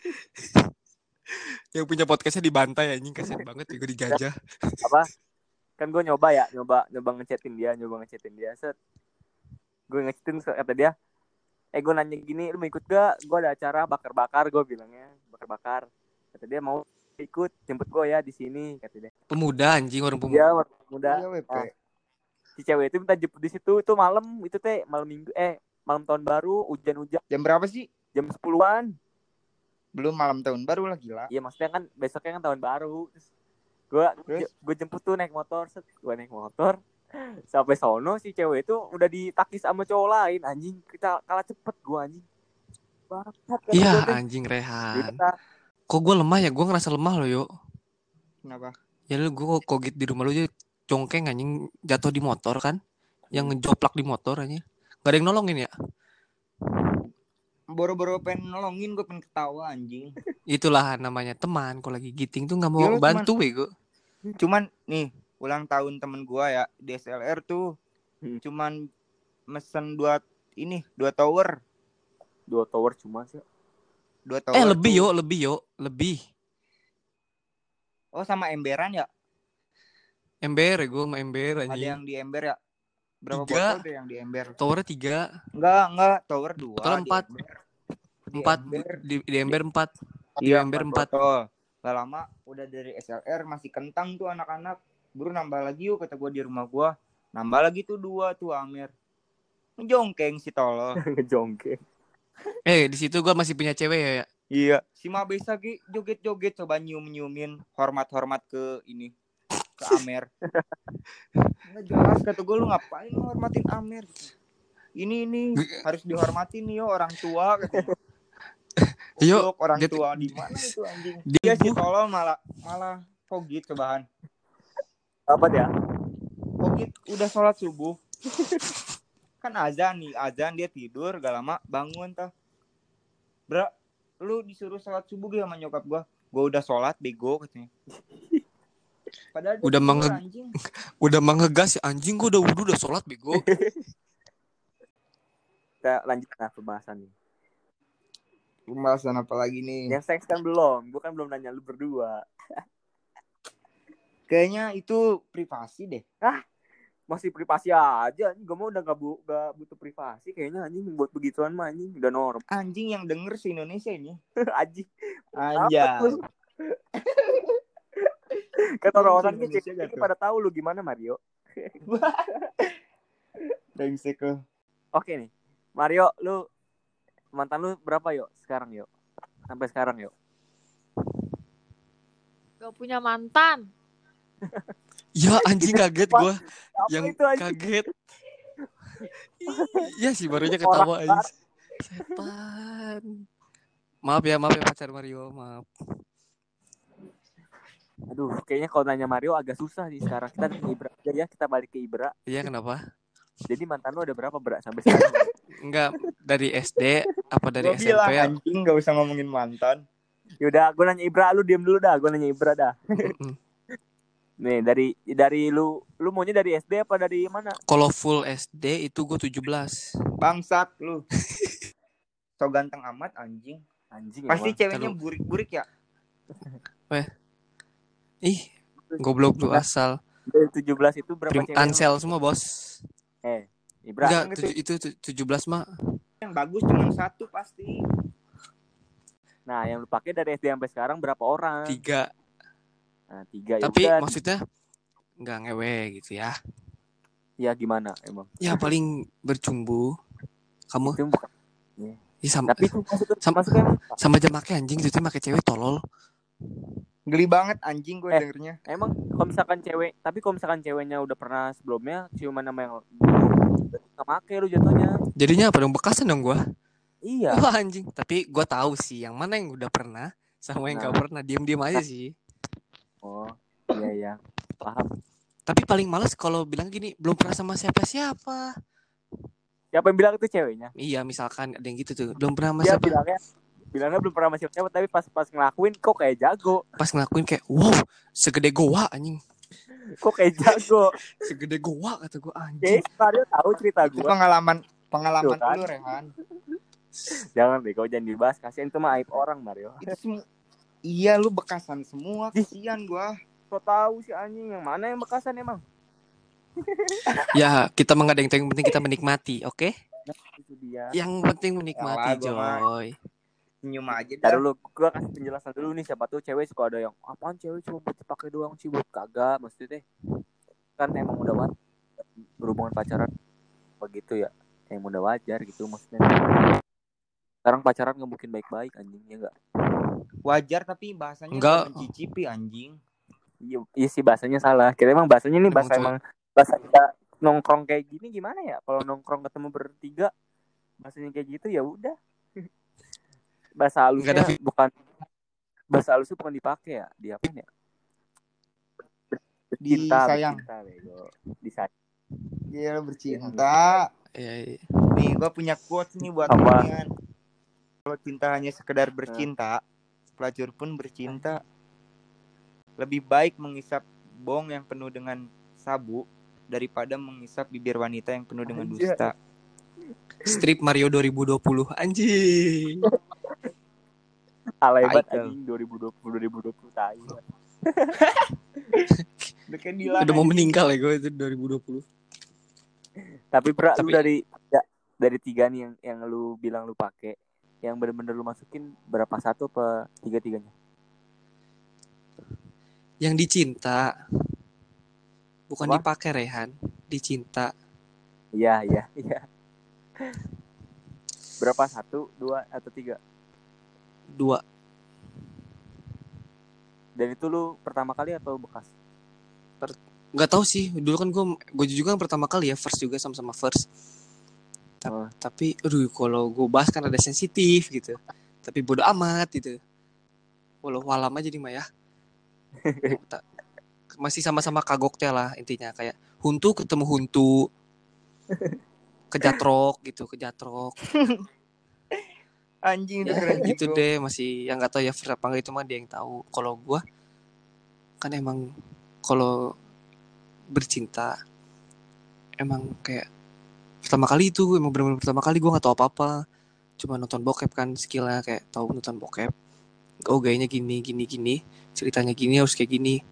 Yang punya podcastnya dibantai anjing kasian banget ya gue dijajah. Apa? Kan gue nyoba ngechatin dia. Set. Gue ngechatin kata dia. Gue nanya gini, lu mau ikut gak? Gue ada acara bakar-bakar, gue bilangnya bakar-bakar. Kata dia mau ikut, jemput gue ya di sini, kata dia. Pemuda anjing orang pemuda. Dia orang pemuda. Iya, WP. Si cewek itu minta jemput di situ, itu malam minggu, malam tahun baru, hujan-hujan. Jam berapa sih? Jam 10-an. Belum malam tahun baru lah, gila. Iya, maksudnya kan besoknya kan tahun baru. Terus gue jemput tuh naik motor, sampai sono si cewek itu udah ditakis sama cowok lain, anjing. Kita kalah cepet gue anjing. Iya anjing Rehan. Kok gue lemah ya? Gue ngerasa lemah loh yuk. Kenapa? Ya lu gue kogit di rumah lu aja congkeng anjing jatuh di motor kan? Yang ngejoplak di motor anjing. Gak ada yang nolongin ya? Boro-boro pengen nolongin, gue pengen ketawa anjing. Itulah namanya teman. Kalau lagi giting tuh gak mau Ya, bantu gue. Cuman nih ulang tahun temen gue ya di SLR tuh. Cuman mesen 2 tower. 2 tower cuma sih. 2 tower. Lebih. Oh, sama emberan ya? Ember ya gue sama ember anjing. Ada yang di ember ya? Berapa 3. botol tuh yang di ember? Towernya 3. Enggak, tower 2. Total 4. 4 di ember 4. Di Iya, ember 4. botol. Gak lama udah dari SLR masih kentang tuh anak-anak. Buru nambah lagi yuk kata gue di rumah gue. Nambah lagi tuh 2 tuh Amir. Ngejongkeng si tolol. Ngejongkeng. Di situ gue masih punya cewek ya. Iya, si Mabes lagi joget-joget coba nyium-nyiumin hormat-hormat ke Amer. Nggak jelas kata gue, lu ngapain ngehormatin Amer? Ini harus dihormatin nih yo orang tua katanya. Yuk, orang tua di mana itu anjing? Dia si tolol malah kogit cobaan. Apa dia? Kogit udah sholat subuh. Kan azan dia tidur gak lama bangun tuh. Bro, lu disuruh sholat subuh gak sama nyokap gua udah sholat bego katanya. Padahal udah mengegas ya anjing, gua udah wudu udah sholat bego. Kita lanjut pembahasan nih. Pembahasan apa lagi nih? Yang seks kan belum, gua kan belum nanya lu berdua. Kayaknya itu privasi deh. Masih privasi aja, gue mau udah gak butuh privasi kayaknya anjing buat begituan mah anjing udah normal. Anjing yang denger se Indonesia ini. Anjing. Anjay. Kan orang-orang ini pada tahu lu gimana Mario. Brengsek lu. Oke nih. Mario, lu mantan lu berapa yuk sekarang yuk? Sampai sekarang yuk. Gak punya mantan. Ya anjing kaget gue. Yang itu, kaget. Iya sih barunya ketawa aja. Setan. Maaf ya pacar Mario, maaf. Aduh, kayaknya kalau nanya Mario agak susah sih sekarang. Kita ke Ibra aja ya, kita balik ke Ibra. Iya, kenapa? Jadi mantan lu ada berapa, Bra, sampai sekarang? Enggak, dari SD apa dari Gua SMP? bilang anjing gak usah ngomongin mantan. Yaudah, gue nanya Ibra, lu diem dulu dah. Gue nanya Ibra dah. Nih, dari lu maunya dari SD apa dari mana? Kalau full SD itu gue 17. Bangsat lu. So ganteng amat anjing. Pasti emang. ceweknya burik-burik ya. Ih, goblok lu asal. Dari 17 itu berapa cewek? Ansel semua, Bos. Ibra. Enggak, itu 17 mah. Yang bagus cuma 1 pasti. Nah, yang lu pakai dari SD sampai sekarang berapa orang? 3. Nah, 3 ya. Tapi udah. maksudnya enggak ngewe gitu ya. Ya gimana emang? Ya paling bercumbu. Kamu? Itu bukan. Ya, sama, tapi itu maksudnya sama aja make anjing itu make cewek tolol. Geli banget anjing gue dengernya. Emang kalau misalkan ceweknya udah pernah sebelumnya ciuman sama yang nggak make lu jatuhnya. Jadinya apa dong, bekasan dong gua. Iya. Wah anjing. Tapi gua tahu sih yang mana yang udah pernah sama yang gak pernah. Diem aja sih. Oh iya paham. Tapi paling males kalau bilang gini, belum pernah sama siapa-siapa. Siapa yang bilang itu ceweknya? Iya, misalkan ada yang gitu tuh, belum pernah sama Dia siapa. bilangnya belum pernah sama siapa, tapi pas ngelakuin kok kayak jago. Pas ngelakuin kayak, wow, segede goa anjing. Kok kayak jago. Segede goa kata gue anjing. Mario tahu cerita Itu gue. pengalaman Tuh, kan? lu, Rehan. Jangan deh, kau jangan dibahas. Kasian itu mah aib orang, Mario. Itu iya, lu bekasan semua. Kasian gua. Kau tahu si anjing yang mana yang bekasan emang? Ya, kita mah gak ada yang penting kita menikmati, oke? Nah, itu dia. Yang penting menikmati, Joy. Senyum aja dah. Ntar dulu, gue kasih penjelasan dulu nih. Siapa tuh cewek suka ada yang, apaan cewek cuma buat dipakai doang sih, buat kagak. Maksudnya kan emang udah wajar berhubungan pacaran begitu ya. Yang udah wajar gitu maksudnya. Sekarang pacaran gak mungkin baik-baik anjing, ya enggak? Wajar tapi bahasanya Enggak. mencicipi anjing. Iya sih bahasanya salah. Kita emang bahasanya nih bahasa kita nongkrong kayak gini gimana ya? Kalau nongkrong ketemu bertiga bahasanya kayak gitu ya udah. Bahasa halusnya bukan dipakai ya. Di apa ya? Disayang. Disayang. Iya, bercinta. Iya. Nih, gue punya quotes nih buat kalian. Kalau cinta hanya sekedar bercinta, pelacur pun bercinta. Lebih baik menghisap bong yang penuh dengan sabu daripada menghisap bibir wanita yang penuh dengan dusta. Strip Mario 2020 anjing. Alay banget anjing 2020 tai. Udah mau meninggal ya gue itu 2020. Tapi lu dari 3 nih yang lu bilang lu pakai, yang benar-benar lu masukin berapa, satu apa tiga-tiganya? Yang dicinta. Bukan apa? Dipakai Rehan, dicinta. Iya. Berapa, 1, 2 atau 3? 2. Dan itu lu pertama kali atau bekas? Gak tahu sih, dulu kan gue juga kan pertama kali ya, first juga sama-sama first. Tapi aduh kalau gue bahas kan ada sensitif gitu. Tapi bodo amat gitu. Walau alam aja nih Maya. Masih sama-sama kagoknya lah intinya, kayak huntu ketemu huntu. Kejatrok. Anjing udah keren gitu deh, masih yang enggak tahu ya first apa enggak, itu mah dia yang tahu. Kalau gue kan emang kalau bercinta emang kayak pertama kali itu emang benar-benar pertama kali gue nggak tahu apa-apa, cuma nonton bokep kan skillnya, kayak tahu nonton bokep, oh gayanya gini ceritanya gini harus kayak gini.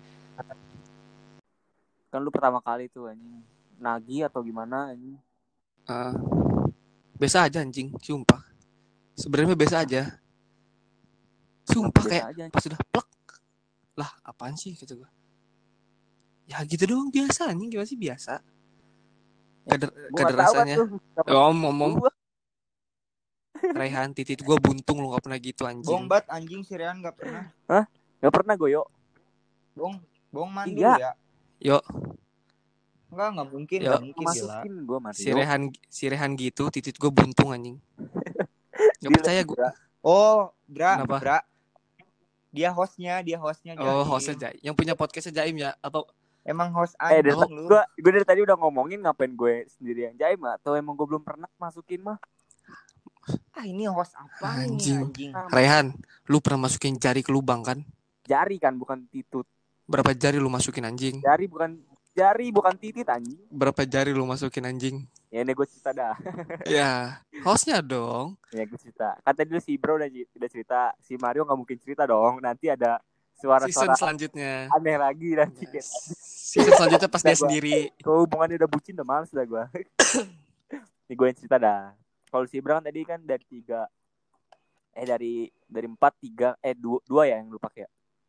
Kan lu pertama kali tuh anjing nagih atau gimana anjing? Biasa aja anjing, sumpah sebenarnya biasa aja, sumpah kayak aja, pas sudah plek lah apaan sih gitu gue, ya gitu doang biasa anjing, gimana sih biasa. Gak ada rasanya. Ngomong Rehan, titit gue buntung, lu gak pernah gitu anjing. Bong bat anjing, si Rehan gak pernah. Hah? Gak pernah gue yo. Bong mandul ya. Yo. Enggak mungkin, gak mungkin gila. Si Rehan gitu, titit gue buntung anjing. Gak percaya gue. Oh, Dra. Dia hostnya. Oh, hostnya Jaim. Yang punya podcast Jaim ya? Atau emang host anjing lu? Gue dari tadi udah ngomongin ngapain gue sendiri yang Jaim, atau emang gue belum pernah masukin mah? Ini host apa anjing. Rehan, lu pernah masukin jari ke lubang kan? Jari kan, bukan titut. Berapa jari lu masukin anjing? Jari bukan titit anjing. Berapa jari lu masukin anjing? Ya ini gue cerita dah. Ya, hostnya dong. Ya gue cerita. Kata dulu si Bro udah cerita, si Mario gak mungkin cerita dong. Nanti ada suara-suara season selanjutnya aneh lagi nanti. Season selanjutnya pas dia sendiri. Kau hubungannya udah bucin, udah males dah gue. Ini gue yang cerita dah. Kalau si Bro kan tadi kan dari 3, dari 4, 3, 2 ya yang lu pakai ya?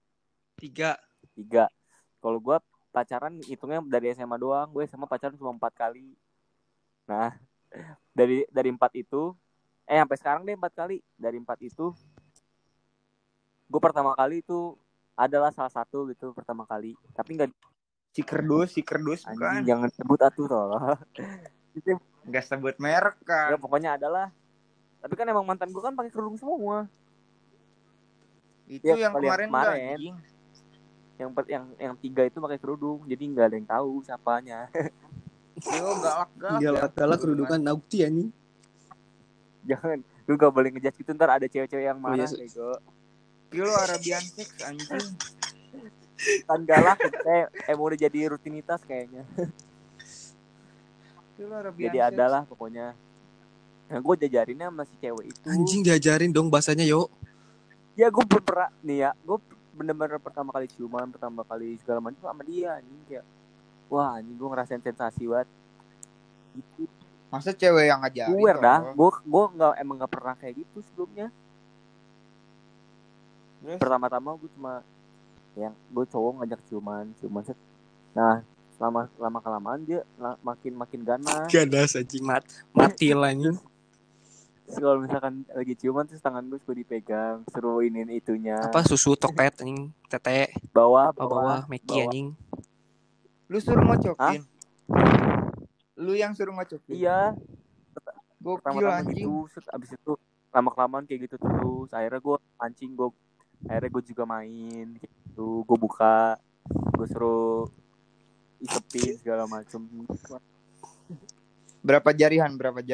3. Kalau gue pacaran hitungnya dari SMA doang. Gue SMA pacaran cuma 4 kali. Nah, dari 4 itu sampai sekarang deh 4 kali. Dari 4 itu gue pertama kali itu adalah salah satu gitu pertama kali. Tapi nggak Si kerdus anjing bukan. jangan sebut atuh tolong. Itu Enggak sebut merek ya kan. pokoknya adalah. Tapi kan emang mantan gue kan pakai kerudung semua. Itu Ya yang kalau yang kemarin enggak kemarin anjing. yang 3 itu pakai kerudung, jadi nggak ada yang tahu siapanya. Yo galak-galak ya. Galak-galak Kerudungan. kerudukan Naukti anjing. Jangan, lu gak boleh ngejudge gitu, ntar ada cewek-cewek yang Oh, iya, marah bego. Kilo Arabian Sex anjing. Kan galak, kayak emang udah jadi rutinitas kayaknya. Kilo Arabian Jadi Sex. adalah pokoknya. Nah, gue jajarinnya sama si cewek itu. Anjing diajarin dong bahasanya, yo. Ya gue pernah nih ya, gue bener-bener pertama kali ciuman, pertama kali segala macam sama dia anjing kayak. Wah anjing gue ngerasain sensasi banget. Gitu. Masa cewek yang ngajarin? Gue dah, gue emang nggak pernah kayak gitu sebelumnya. Terus? Pertama-tama gue cuma yang gue cowok ngajak ciuman set. Nah lama kelamaan dia makin ganas. Ganas anjing mati lah anjing. Terus kalau misalkan lagi ciuman terus tangan gue suka dipegang, suruh iniin itunya. Apa susu tokpet anjing, tete bawah Meki anjing. Lu suruh ngocokin? Lu yang suruh ngocokin? Iya. Gokil Pertama-tama anjing. gitu, abis itu lama-kelamaan kayak gitu terus. Akhirnya gue pancing, akhirnya gue juga main gitu. Gue buka, gue suruh isepin segala macem. Berapa jarihan?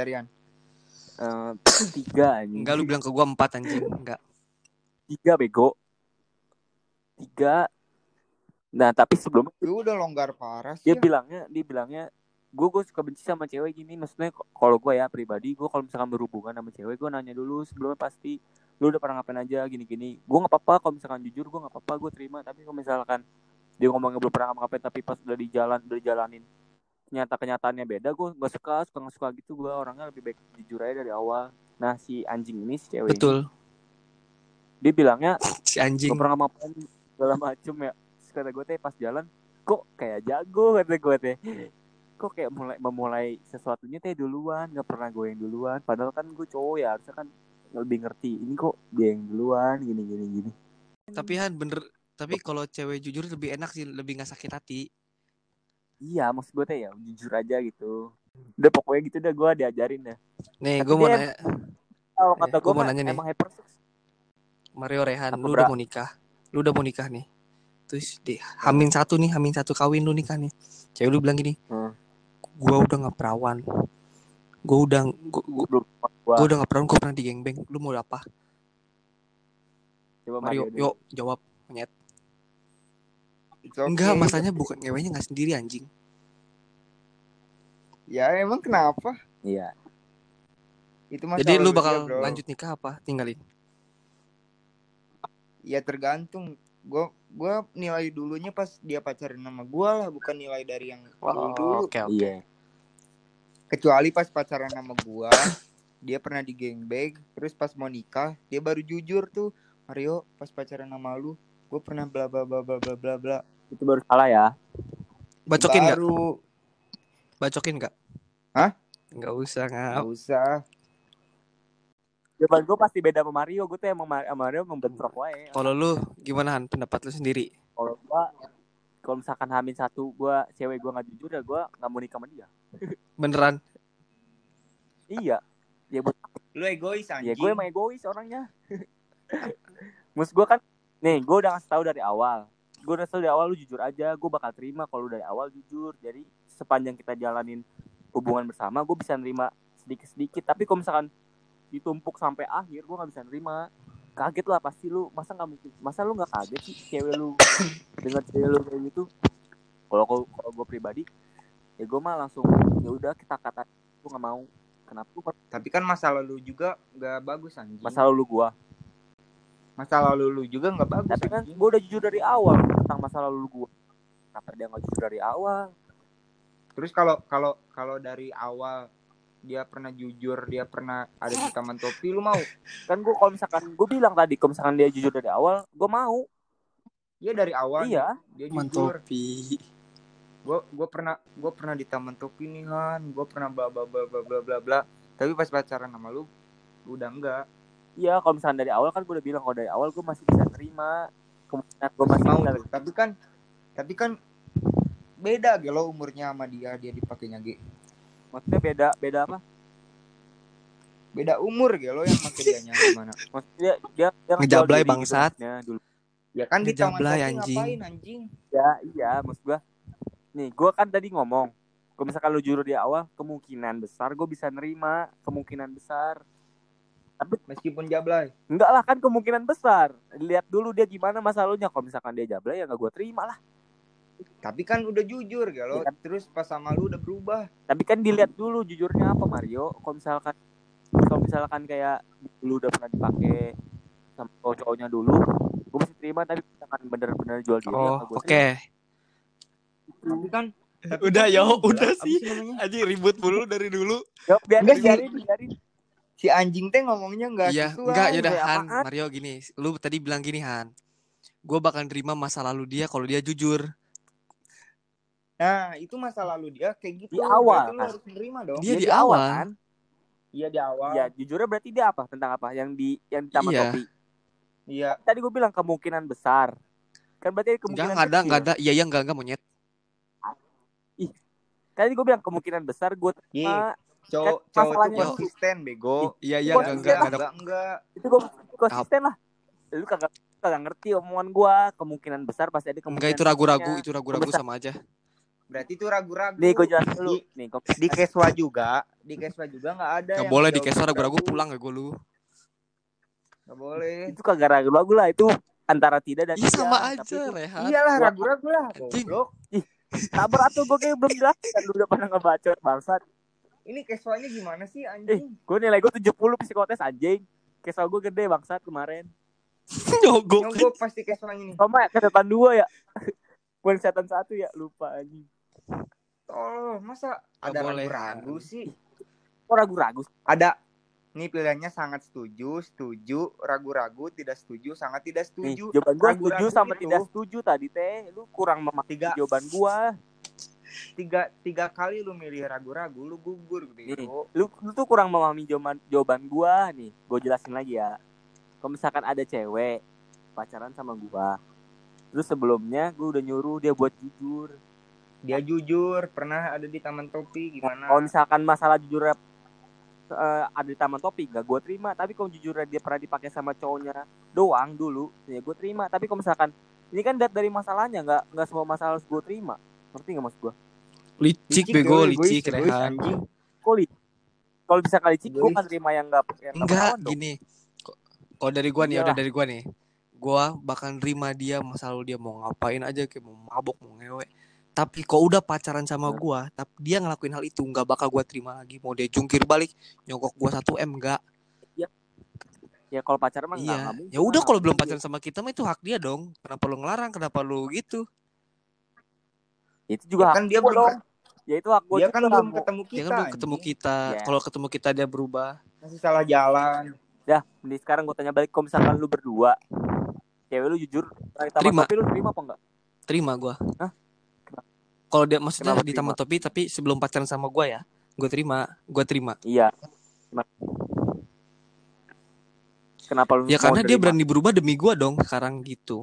3 anjing. Enggak, lu bilang ke gua 4 anjing. Enggak. 3 bego. 3. Nah tapi sebelumnya Lu udah longgar parah sih. dia bilangnya gue suka benci sama cewek gini. Maksudnya kalau gue ya pribadi, gue kalau misalkan berhubungan sama cewek, gue nanya dulu sebelumnya pasti, lu udah pernah ngapain aja gini-gini. Gue nggak apa-apa kalau misalkan jujur, gue nggak apa-apa, gue terima. Tapi kalau misalkan dia ngomongnya belum pernah ngapain, tapi pas udah dijalanin ternyata kenyataannya beda, gue nggak suka gitu. Gue orangnya lebih baik jujur aja dari awal. Nah si anjing ini, si cewek Betul. ini, dia bilangnya Si anjing. gak pernah ngapain segala macem ya. Terus kata gue teh pas jalan, kok kayak jago, kata gue teh. Kok kayak memulai sesuatunya teh duluan, gak pernah gue yang duluan. Padahal kan gue cowok ya, harusnya kan lebih ngerti. Ini kok dia yang duluan, gini. Tapi Han bener, tapi kalau cewek jujur lebih enak sih, lebih gak sakit hati. Iya, maksud gue teh ya jujur aja gitu. Udah pokoknya gitu dah, gue diajarin dah. Nih, Tapi gue mau dia nanya. kalau kata Gue gue mau nanya nih. emang hypersex. Mario Rehan, Apa, lu Bra? udah mau nikah nih. Terus deh, Hamin satu kawin lu nikah nih. Cewek lu bilang gini, gue udah gak perawan. Gue udah gak perawan, gue pernah di gangbang. Lu mau apa? Coba Mario, yuk jawab. Monyet. Okay. Enggak, masanya bukan ngewenya gak sendiri anjing. Ya emang kenapa? Iya. Itu masalah. Jadi lu bakal dia, lanjut nikah apa? Tinggalin? Ya tergantung. Gue nilai dulunya pas dia pacaran sama gue lah, bukan nilai dari yang dulu. Oke. Iya. Kecuali pas pacaran sama gue, dia pernah di gangbang, terus pas mau nikah dia baru jujur tuh, Mario pas pacaran sama lu, gue pernah bla bla bla bla bla bla bla. Itu baru salah ya. Bacokin nggak? Baru. Bacokin nggak? Hah? Nggak usah Nggak usah. Jawaban gue pasti beda sama Mario. Gue tuh emang Mario membentrok wae. Kalau lu gimana Han? Pendapat lu sendiri? Kalau misalkan Hamin 1 cewek gue nggak jujur ya, gue nggak mau nikah sama dia. Beneran? Iya. Ya buat Lu egois anjing. ya gue emang egois orangnya. Maksud gue kan, nih gue udah ngasih tahu dari awal. Lu jujur aja. Gue bakal terima kalau dari awal jujur. Jadi sepanjang kita jalanin hubungan bersama, gue bisa nerima sedikit-sedikit. Tapi kalau misalkan ditumpuk sampai akhir, gue nggak bisa nerima. Kaget lah pasti lu. Masa lu nggak kaget sih cewek lu dengar cewek lu kayak gitu? Kalau gue pribadi ya gue mah langsung ya udah kita kata, gue nggak mau. Kenapa? Tapi kan masa lalu juga nggak bagus anjing. Masa lalu lu juga nggak bagus. Tapi kan gue udah jujur dari awal tentang masa lalu gue. Kenapa dia nggak jujur dari awal? Terus kalau dari awal dia pernah jujur, dia pernah ada di Taman Topi, lu mau? Kan gue kalau misalkan gue bilang tadi, kalau misalkan dia jujur dari awal, gue mau. Iya dari awal. Iya. Dia Taman jujur. Topi. Gue pernah di Taman Topi nih Han, gue pernah bla bla bla bla bla bla bla. Tapi pas pacaran sama lu udah enggak. Iya, kalau misalkan dari awal kan gue udah bilang, kalau dari awal gue masih bisa terima. kemungkinan gue masih mau enggak. tuh. Tapi kan beda gitu loh umurnya sama dia dipakainya G. Maksudnya beda apa? Beda umur gitu loh yang pakai dianya gimana? Maksudnya dia ngejual Ngejablay diri bangsat. Gitu, dulu. Ya kan di taman Ngejablay, topi anjing. ngapain anjing? Ya iya maksud gue. Nih gue kan tadi ngomong, kalau misalkan lu jujur di awal, kemungkinan besar gue bisa nerima, kemungkinan besar. Tapi Meskipun jablay. enggak lah, kan kemungkinan besar. Lihat dulu dia gimana masa lalunya. Kalau misalkan dia jablay ya enggak gue terima lah. Tapi kan udah jujur gitu loh. Ya. Terus pas sama lu udah berubah. Tapi kan dilihat dulu jujurnya apa Mario. Kalau misalkan kayak dulu udah pernah dipakai sama cowok-cowoknya dulu, gue masih terima. Tapi misalkan bener-bener jual diri Oh, ya gue oke. Tapi kan Udah kan yo, ini, udah apa sih. namanya? Anjing ribut mulu dari dulu. Enggak sih. biarin. Si anjing teh ngomongnya enggak Iya, sesuai. enggak yaudah kayak Han, apaan? Mario gini. Lu tadi bilang gini Han. Gue bakal terima masa lalu dia kalau dia jujur. Nah, itu masa lalu dia kayak gitu. Di awal, Berarti lu kan? harus menerima dong. Dia Ya, di awal. kan. Iya di awal. Ya jujurnya berarti dia apa? Tentang apa? Yang di Taman Iya. Topi. Iya. Tadi gue bilang kemungkinan besar. Kan berarti kemungkinan Enggak kecil. ada. Iya, enggak monyet. Tadi gue bilang kemungkinan besar gue terima. Cowok tuh masalahnya konsisten bego. Iya, Enggak. Itu gue konsisten lah. Lu kagak ngerti omongan gue. Kemungkinan besar pasti ada kemungkinan. Enggak, itu ragu-ragu sama aja. Berarti itu ragu-ragu. Nih gue jelasin dulu. Nih, Di Keswa juga enggak ada. Enggak yang boleh di jawab Keswa ragu-ragu ragu. pulang ya gue lu. Enggak boleh. itu kagak ragu-ragu lah. Itu antara tidak dan Iya iya. sama Tapi aja, itu- Rehan. Iyalah ragu-ragu lah. Anjing. Goblok. Sabar atuh, gue kayak belum jelaskan. Lu udah pernah ngebacot bangsat. Ini Keswanya gimana sih anjing? Gue nilai gue 70 psikotes anjing. Kesal gue gede bangsat kemarin. Nyogok. Nyogok pasti Keswanya nih. Sama ya kesehatan 2 ya. Bukan kesehatan 1 ya, lupa anjing. Oh, masa Nggak ada boleh. ragu-ragu sih? Kok ragu-ragu? Ada. Nih pilihannya sangat setuju, ragu-ragu, tidak setuju, sangat tidak Nih, setuju. jawaban gue Ragu-ragu setuju sama itu. tidak setuju tadi teh. Lu kurang memahami Tiga. jawaban gue. Tiga kali lu milih ragu-ragu, lu gugur Nih, gitu. lu tuh kurang memahami jawaban gue nih. Gue jelasin lagi ya. Kalau misalkan ada cewek pacaran sama gue, terus sebelumnya gue udah nyuruh dia buat jujur. Dia jujur, pernah ada di Taman Topi gimana? Kalau misalkan masalah jujur ada di Taman Topi gak gue terima. Tapi kalau jujurnya dia pernah dipakai sama cowoknya doang dulu, ya gue terima. Tapi kalau misalkan ini kan dari masalahnya, nggak semua masalah harus gue terima. Ngerti nggak maksud gue? Licik bego, egois, licik egois, Rehan. anjing. Kalau bisa kali cik, gue Egois. kan terima yang nggak Enggak, perawan dong. gini. Kalau dari gua nih, Iyalah. udah dari gua nih. Gua bakal nerima dia masa lalu dia mau ngapain aja, kayak mau mabok, mau ngewe. Tapi kok udah pacaran sama gua, tapi dia ngelakuin hal itu nggak bakal gua terima lagi. Mau dia jungkir balik, nyogok gua 1M enggak. Ya kalau pacaran mah nggak Iya. mungkin. Ya udah lah, kalau belum mungkin. pacaran sama kita mah itu hak dia dong. Kenapa lu ngelarang? Kenapa lu gitu? Itu juga Ya kan hak dia gua belum dong. Ya itu hak gue dia juga. kan belum Mo. ketemu Dia kita. kan belum ketemu anjing. kita. Iya. Kalau ketemu kita dia berubah. Masih salah jalan. Dah, nih sekarang gue tanya balik. Kalau misalkan lu berdua, cewek lu jujur di Taman Terima. Topi, lu terima apa enggak? Terima gua. Hah? Kalau dia maksudnya Kenapa di terima? Taman Topi tapi sebelum pacaran sama gua ya, gua terima. Iya. Kenapa lu Ya mau karena dia terima? berani berubah demi gua dong sekarang gitu.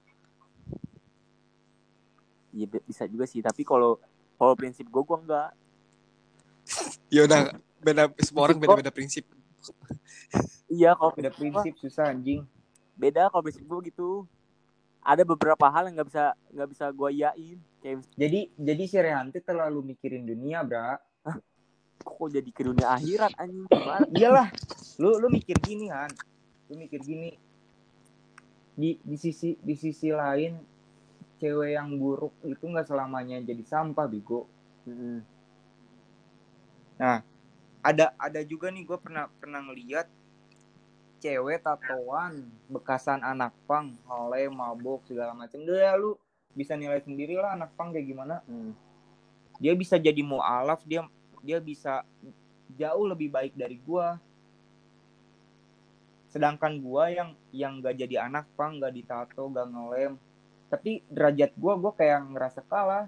Iya bisa juga sih. Tapi kalau prinsip gue enggak. Ya udah beda, semua orang beda-beda prinsip. Iya kalau Beda prinsip susah anjing. beda kalau prinsip gue gitu. Ada beberapa hal yang nggak bisa gue iyain. Kayak Jadi si Rehanti terlalu mikirin dunia, Bra. kok jadi ke dunia akhirat anjing gimana? Iyalah. Lu mikir gini, Han. Lu mikir gini. Di sisi lain cewek yang buruk itu enggak selamanya jadi sampah, bego. Nah, ada juga nih gue pernah ngeliat cewek tatoan bekasan anak pang, oleh mabok segala macam. Udah ya lu bisa nilai sendiri lah anak pang kayak gimana. Dia bisa jadi mualaf, dia bisa jauh lebih baik dari gue. Sedangkan gue yang gak jadi anak pang, gak ditato, gak ngelem, tapi derajat gue kayak ngerasa kalah.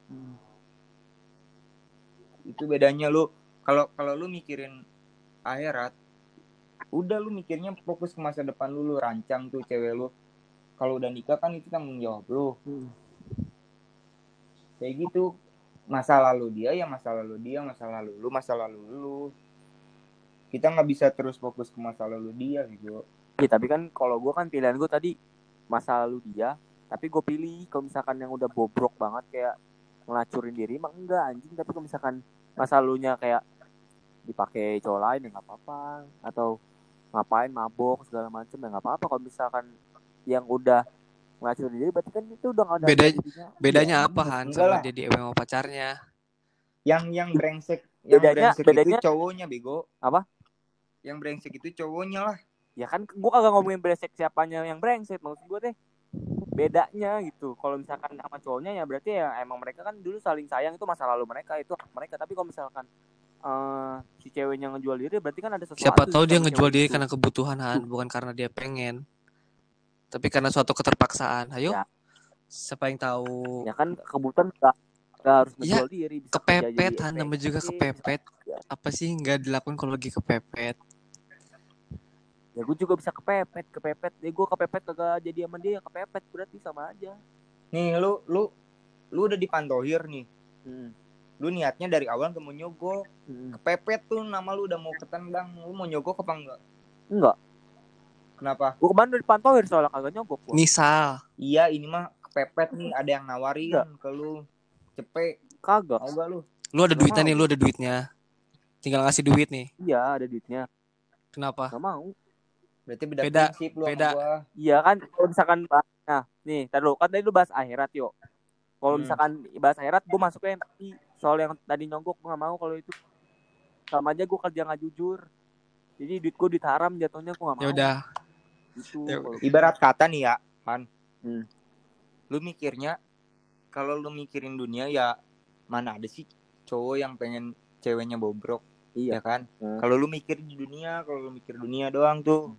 Itu bedanya lu. Kalau lu mikirin akhirat, udah lu mikirnya fokus ke masa depan lu rancang tuh cewek lu. Kalau udah nikah kan itu tanggung jawab lu. Kayak gitu. Masa lalu dia ya masa lalu dia, masa lalu lu masa lalu lu. Kita nggak bisa terus fokus ke masa lalu dia gitu. Ya, tapi kan kalau gue kan pilihan gue tadi masa lalu dia, tapi gue pilih kalau misalkan yang udah bobrok banget kayak ngelacurin diri emang enggak anjing. Tapi kalau misalkan masa lalunya kayak dipakai cowok lain ya nggak apa-apa, atau ngapain mabok segala macem ya nggak apa-apa. Kalau misalkan yang udah ngelacurin diri berarti kan itu udah nggak ada jadinya. Bedanya Iya, apa Han enggak sama lah. dia di sama pacarnya? Yang brengsek, Bedanya itu cowoknya bego. apa? Yang brengsek itu cowoknya lah. Ya kan gue kagak ngomongin brengsek siapanya yang brengsek, maksud gue teh bedanya gitu. Kalau misalkan sama cowoknya ya berarti ya emang mereka kan dulu saling sayang, itu masa lalu mereka, itu hak mereka. Tapi kalau misalkan si ceweknya ngejual diri berarti kan ada sesuatu. Siapa tahu dia sama ngejual cewek diri itu. karena kebutuhan Han, bukan karena dia pengen. Tapi karena suatu keterpaksaan. Ayo. Ya. Siapa yang tahu? Ya kan kebutuhan gak harus Ya, ngejual diri, bisa kepepet kerja Han, jadi namanya juga PNS, kepepet. bisa. Apa sih nggak dilakukan kalau lagi kepepet? Ya gue juga bisa kepepet. Ya gue kepepet kagak jadi sama dia, kepepet berarti sama aja. Nih lu udah dipantohir nih. Lu niatnya dari awal gak mau nyogok. Kepepet tuh nama lu udah mau ketendang. Lu mau nyogok apa enggak? Enggak. Kenapa? Gue kemarin udah dipantauin soalnya kagak nyogok gua. Misal. Iya ini mah kepepet nih, ada yang nawarin Enggak. ke lu. Cepet. Kagak. Mau gak lu? Lu ada Gak duitnya mau. nih, lu ada duitnya. Tinggal ngasih duit nih. Iya ada duitnya. Kenapa? Gak mau. Berarti beda prinsip lu beda. sama gua. Iya kan kalau misalkan, nah nih taruh kan tadi lu bahas akhirat yuk. Kalau misalkan bahas akhirat gue masuknya yang tadi soal yang tadi nyogok, gue gak mau. Kalau itu sama aja gue kerja gak jujur, jadi duit gue duit haram jatuhnya, gue gak mau. Ya udah. Gitu. Ibarat kata nih ya Han, lu mikirnya kalau lu mikirin dunia ya mana ada sih cowok yang pengen ceweknya bobrok. Iya ya kan? Kalau lu mikir di dunia, kalau lu mikir dunia doang tuh.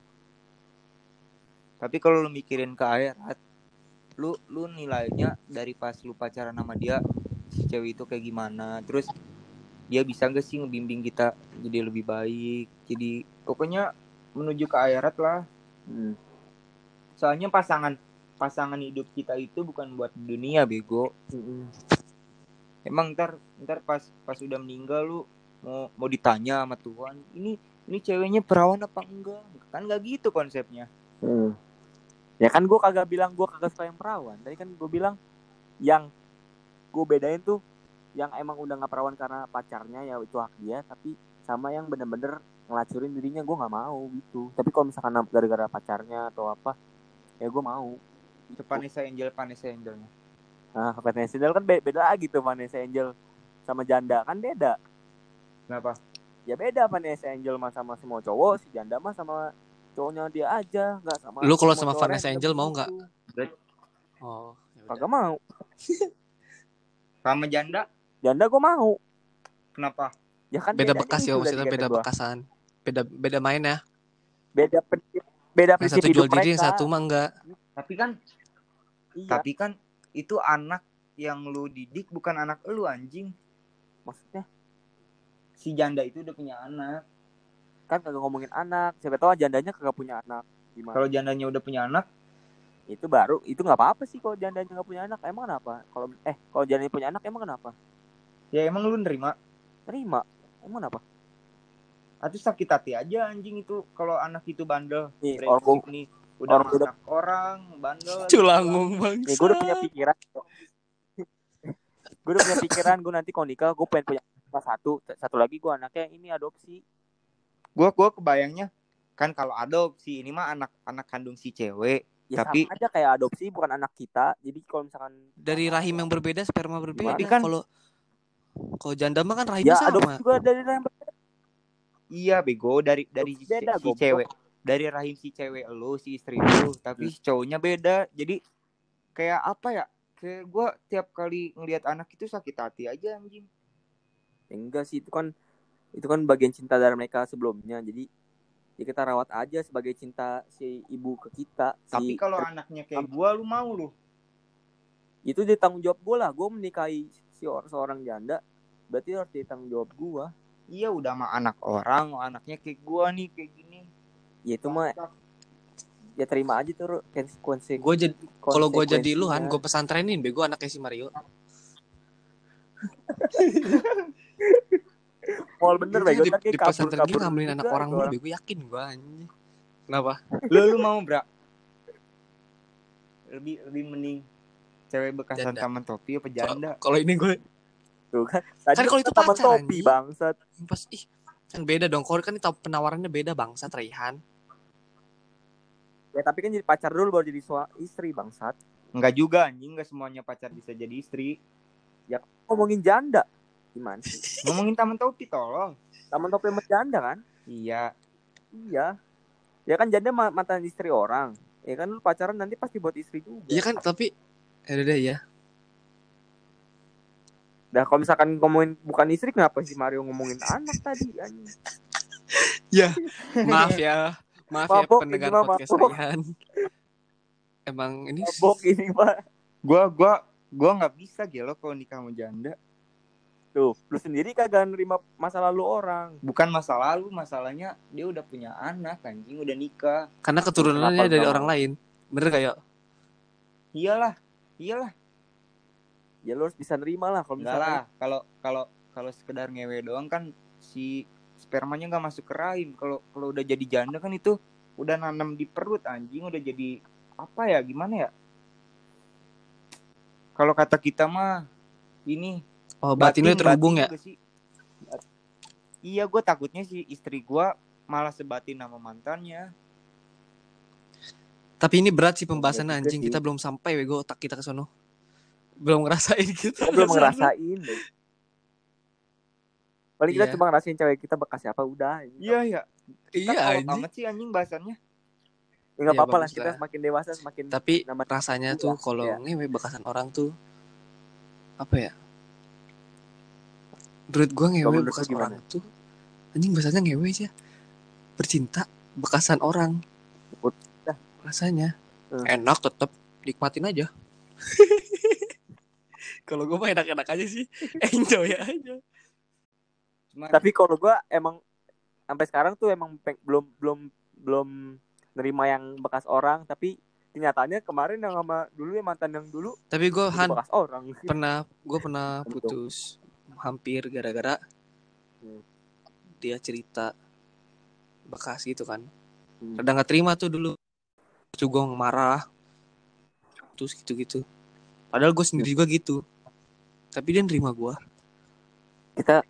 Tapi kalau lu mikirin ke akhirat, lu nilainya dari pas lu pacaran sama dia, si cewek itu kayak gimana, terus dia bisa gak sih ngebimbing kita jadi lebih baik. Jadi pokoknya menuju ke akhirat lah. Soalnya pasangan hidup kita itu bukan buat dunia bego. Emang ntar pas udah meninggal lu mau ditanya sama Tuhan, ini ceweknya perawan apa enggak? Kan nggak gitu konsepnya. Ya kan gue kagak bilang gue kagak suka yang perawan. Tadi kan gue bilang yang gue bedain tuh yang emang udah nggak perawan karena pacarnya, ya itu hak dia. Tapi sama yang bener-bener ngelacurin dirinya, gue nggak mau gitu. Tapi kalau misalkan gara-gara pacarnya atau apa, ya gue mau. Itu Vanessa Angelnya. Nah, Vanessa Angel kan beda lagi tuh. Vanessa Angel sama janda kan beda. Kenapa? Ya beda, Vanessa Angel mah sama semua cowok, si janda mah sama cowoknya dia aja, nggak sama. Lu kalau sama Vanessa Angel mau nggak? Oh, kagak mau. Sama janda? Janda gue mau. Kenapa? Ya kan beda bekas ya, maksudnya beda bekasan. Beda main ya. Beda prinsip satu jual hidup diri, mereka. yang satu mah enggak. Tapi kan itu anak yang lu didik, bukan anak lu anjing. Maksudnya? Si janda itu udah punya anak. Kan kagak ngomongin anak. Siapa tahu jandanya kagak punya anak. Gimana? Kalau jandanya udah punya anak, itu baru, itu nggak apa-apa sih kalau jandanya nggak punya anak. Emang kenapa? Kalau jandanya punya anak emang kenapa? Ya emang lu nerima? Terima. Emang kenapa? Atau sakit hati aja anjing itu kalau anak itu bandel. Nih, udah anak orang bandel. Culangung bangsa. Nih, gue udah punya pikiran. Gue nanti kalau nikah gue pengen punya satu lagi, gue anaknya ini adopsi. Gue kebayangnya kan kalau adopsi ini mah anak kandung si cewek. Ya tapi sama aja kayak adopsi, bukan anak kita. Jadi kalau misalkan dari rahim yang berbeda, sperma berbeda. Tapi kan kalau janda mah kan rahimnya ya, sama. adopsi juga dari rahim berbeda. Iya bego, dari beda, si cewek. Dari rahim si cewek lu, si istri lu, tapi cowoknya beda. Jadi kayak apa ya? Kayak gue tiap kali ngelihat anak itu sakit hati aja anjing. Enggak sih, itu kan bagian cinta dari mereka sebelumnya. Jadi ya kita rawat aja sebagai cinta si ibu ke kita. Tapi kalau anaknya kayak gue, lu mau lu? Itu dia tanggung jawab gue lah. Gue menikahi seorang janda, berarti harus ditanggung jawab gue. Iya udah mah anak orang, anaknya kayak gue nih kayak gini. Ya itu mah Ya terima aja tuh konsekuensi. Gue jadi kalau gue jadi lu Han, konsekuensinya. gue pesantrenin bego anaknya si Mario. Mall bener bego Di tapi pesantren gini kabur ngambilin anak orang mulu orang. bego, yakin gue anjing. Kenapa? Lu mau bra? Lebih mending cewek bekasan Janda. taman topi apa janda? Kalau ini gue Tuh kan. Tadi kan kalau itu taman pacar topi anjing. bangsat. Pas kan beda dong. Kalau kan itu penawarannya beda bangsat Raihan. Ya tapi kan jadi pacar dulu baru jadi istri bangsat. Enggak juga anjing, enggak semuanya pacar bisa jadi istri. Ya ngomongin janda gimana sih? Ngomongin taman topi tolong. Taman topi sama janda kan? Iya. Iya. Ya kan janda mantan istri orang. Ya kan lu pacaran nanti pasti buat istri juga. Iya kan, tapi udah deh ya. Dah kalau misalkan ngomongin bukan istri, kenapa sih Mario ngomongin anak tadi anjing? Ya, maaf ya. Maaf ya Mabok pendengar ini mah, podcast mabok. Raihan. Emang ini Mabok ini Pak. Gua enggak bisa gelo kalau nikah sama janda. Tuh, lu sendiri kagak nerima masa lalu orang. Bukan masa lalu, masalahnya dia udah punya anak anjing, udah nikah. karena keturunannya Kenapa dari lu orang lain. Bener gak ya? Iyalah. Ya lu harus bisa nerima lah kalau Enggak misalkan. lah, kalau sekedar ngewe doang kan si spermanya nggak masuk ke rahim. Kalau udah jadi janda kan itu udah nanam di perut anjing, udah jadi apa ya, gimana ya? Kalau kata kita mah ini Oh, batinnya terhubung ya? juga sih. Iya, gue takutnya si istri gue malah sebatin sama mantannya. Tapi ini berat sih pembahasannya Iya juga anjing. sih. Kita belum sampai bego otak kita ke sono. Belum ngerasain gitu. Kita belum ngerasain deh. Paling kita Iya. cuma ngerasain cewek kita bekas siapa udah. Iya ya. Iya Kita anjing. amat sih anjing bahasannya. Ya nggak Ya, apa-apa lah, bagus kita lah. semakin dewasa semakin Tapi nambah. rasanya Iya, tuh kalau iya. ngewe bekasan orang tuh apa ya? Menurut gua ngewe Kalau menurut bekas lu gimana? orang tuh anjing bahasanya ngewe aja. Bercinta bekasan orang. Udah. Rasanya enak, tetap nikmatin aja. Kalau gua mah enak-enak aja sih. Enjoy aja. Cuma Tapi kalau gua emang sampai sekarang tuh emang belum nerima yang bekas orang, tapi kenyataannya kemarin yang sama dulu yang mantan yang dulu Tapi gua itu Han bekas orang. pernah putus hampir gara-gara dia cerita bekas gitu kan. Rada nggak terima tuh dulu. Cugong marah. Terus gitu-gitu. Padahal gue sendiri juga gitu. Tapi dia nerima gue. Kita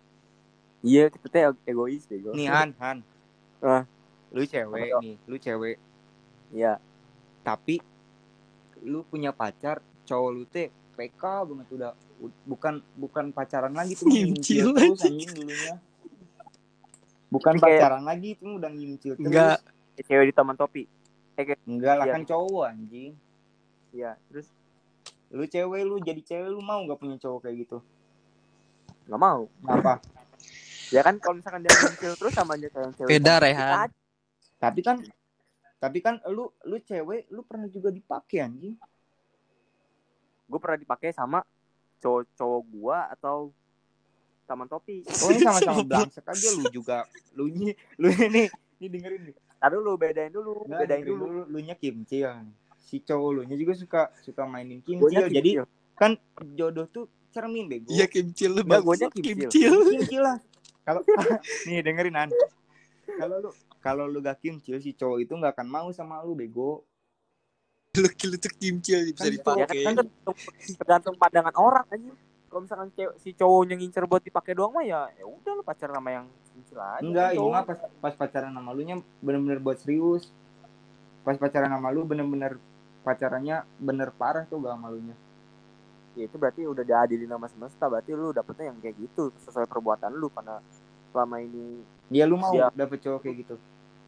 tuh egois deh gua. nih Han. Ah. Lu cewek Apa? nih, lu cewek. Iya. Tapi lu punya pacar, cowok lu teh PK banget, udah bukan pacaran lagi tuh, Ngincil ngincil terus aja. anjing dulunya. Bukan Kayak- pacaran lagi tuh, udah ngincil terus. Enggak. Cewek di taman topi. Enggak lah, Iya. kan cowok anjing. Iya, terus Lu cewek, lu jadi cewek, lu mau enggak punya cowok kayak gitu? nggak mau. Apa? Ya kan kalau misalkan dia muncul terus sama aja kayak yang cewek. Beda, sama Rehan. kita. Tapi kan lu cewek, lu pernah juga dipakai anjing. Gue pernah dipakai sama cowok gua atau taman topi. Pokoknya sama-sama blangsek aja lu juga. Lu ini dengerin nih. Aduh lu bedain dulu. Lu nya kimcil. Si cowok lu nya juga suka mainin Guanya kimcil. Jadi kimcil. kan jodoh tuh cermin bego. Iya kimcil lu. Enggak, guanya bangsat, kimcil. Kimcil lah. Kalau nih dengerin An. Kalau lu gak kimcil, si cowok itu gak akan mau sama lu bego. Lu tuh kimcil bisa Kan Ya dipakai. kan tergantung pandangan orang aja. Kalau misalkan si cowoknya ngincer buat dipakai doang mah ya udah lu pacaran sama yang ngincer aja. Enggak, Kan ini cowok. mah pas pacaran sama lu nya bener-bener buat serius. Pas pacaran sama lu bener-bener pacarannya bener parah tuh gak sama lu nya. Ya itu berarti udah diadilin sama semesta. Berarti lu dapetnya yang kayak gitu sesuai perbuatan lu, karena selama ini Dia lu mau Siap. dapet cowok kayak gitu.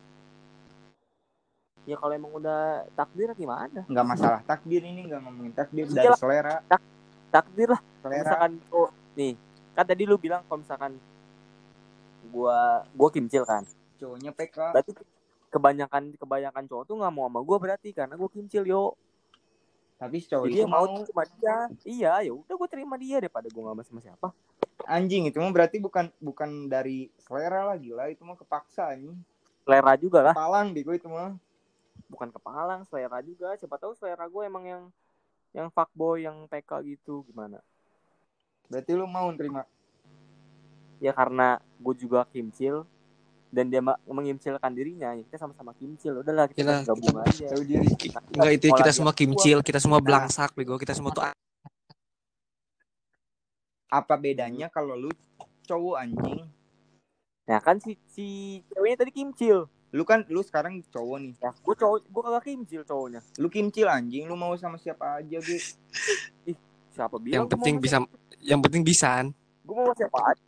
ya kalau emang udah takdir gimana? Enggak masalah takdir, ini enggak ngomongin takdir, Iya dari lah. selera. Takdir lah. Kalau Selera. misalkan nih kan tadi lu bilang kalau misalkan gua kimcil kan. Cowoknya PK. Berarti kebanyakan cowok tuh nggak mau sama gua berarti karena gua kimcil yo. Tapi si cowok Jadi itu yang mau mau. cuma dia. Iya, ya udah gua terima dia daripada gua nggak sama siapa. Anjing, itu mah berarti bukan dari selera lah, gila, itu mah kepaksa anjing. Selera juga lah. Palang bego itu mah. bukan kepalang, selera juga. Siapa tahu selera gue emang yang fuckboy, yang PK gitu, gimana? Berarti lu mau terima. Ya karena gue juga kimcil dan dia mengimcilkan dirinya, ya kita sama-sama kimcil. Udahlah kita gabung aja. Tahu diri. Enggak, itu kita Sekolah semua dia. kimcil, kita semua belangsak bego, kita semua tuh Apa bedanya kalau lu cowok anjing? Ya kan si ceweknya tadi kimcil. Lu sekarang cowok nih. Ya gue cowok, gue kagak kimcil cowoknya. Lu kimcil anjing, lu mau sama siapa aja gitu. Siapa yang bilang penting bisa, yang penting bisa. gue mau sama siapa aja?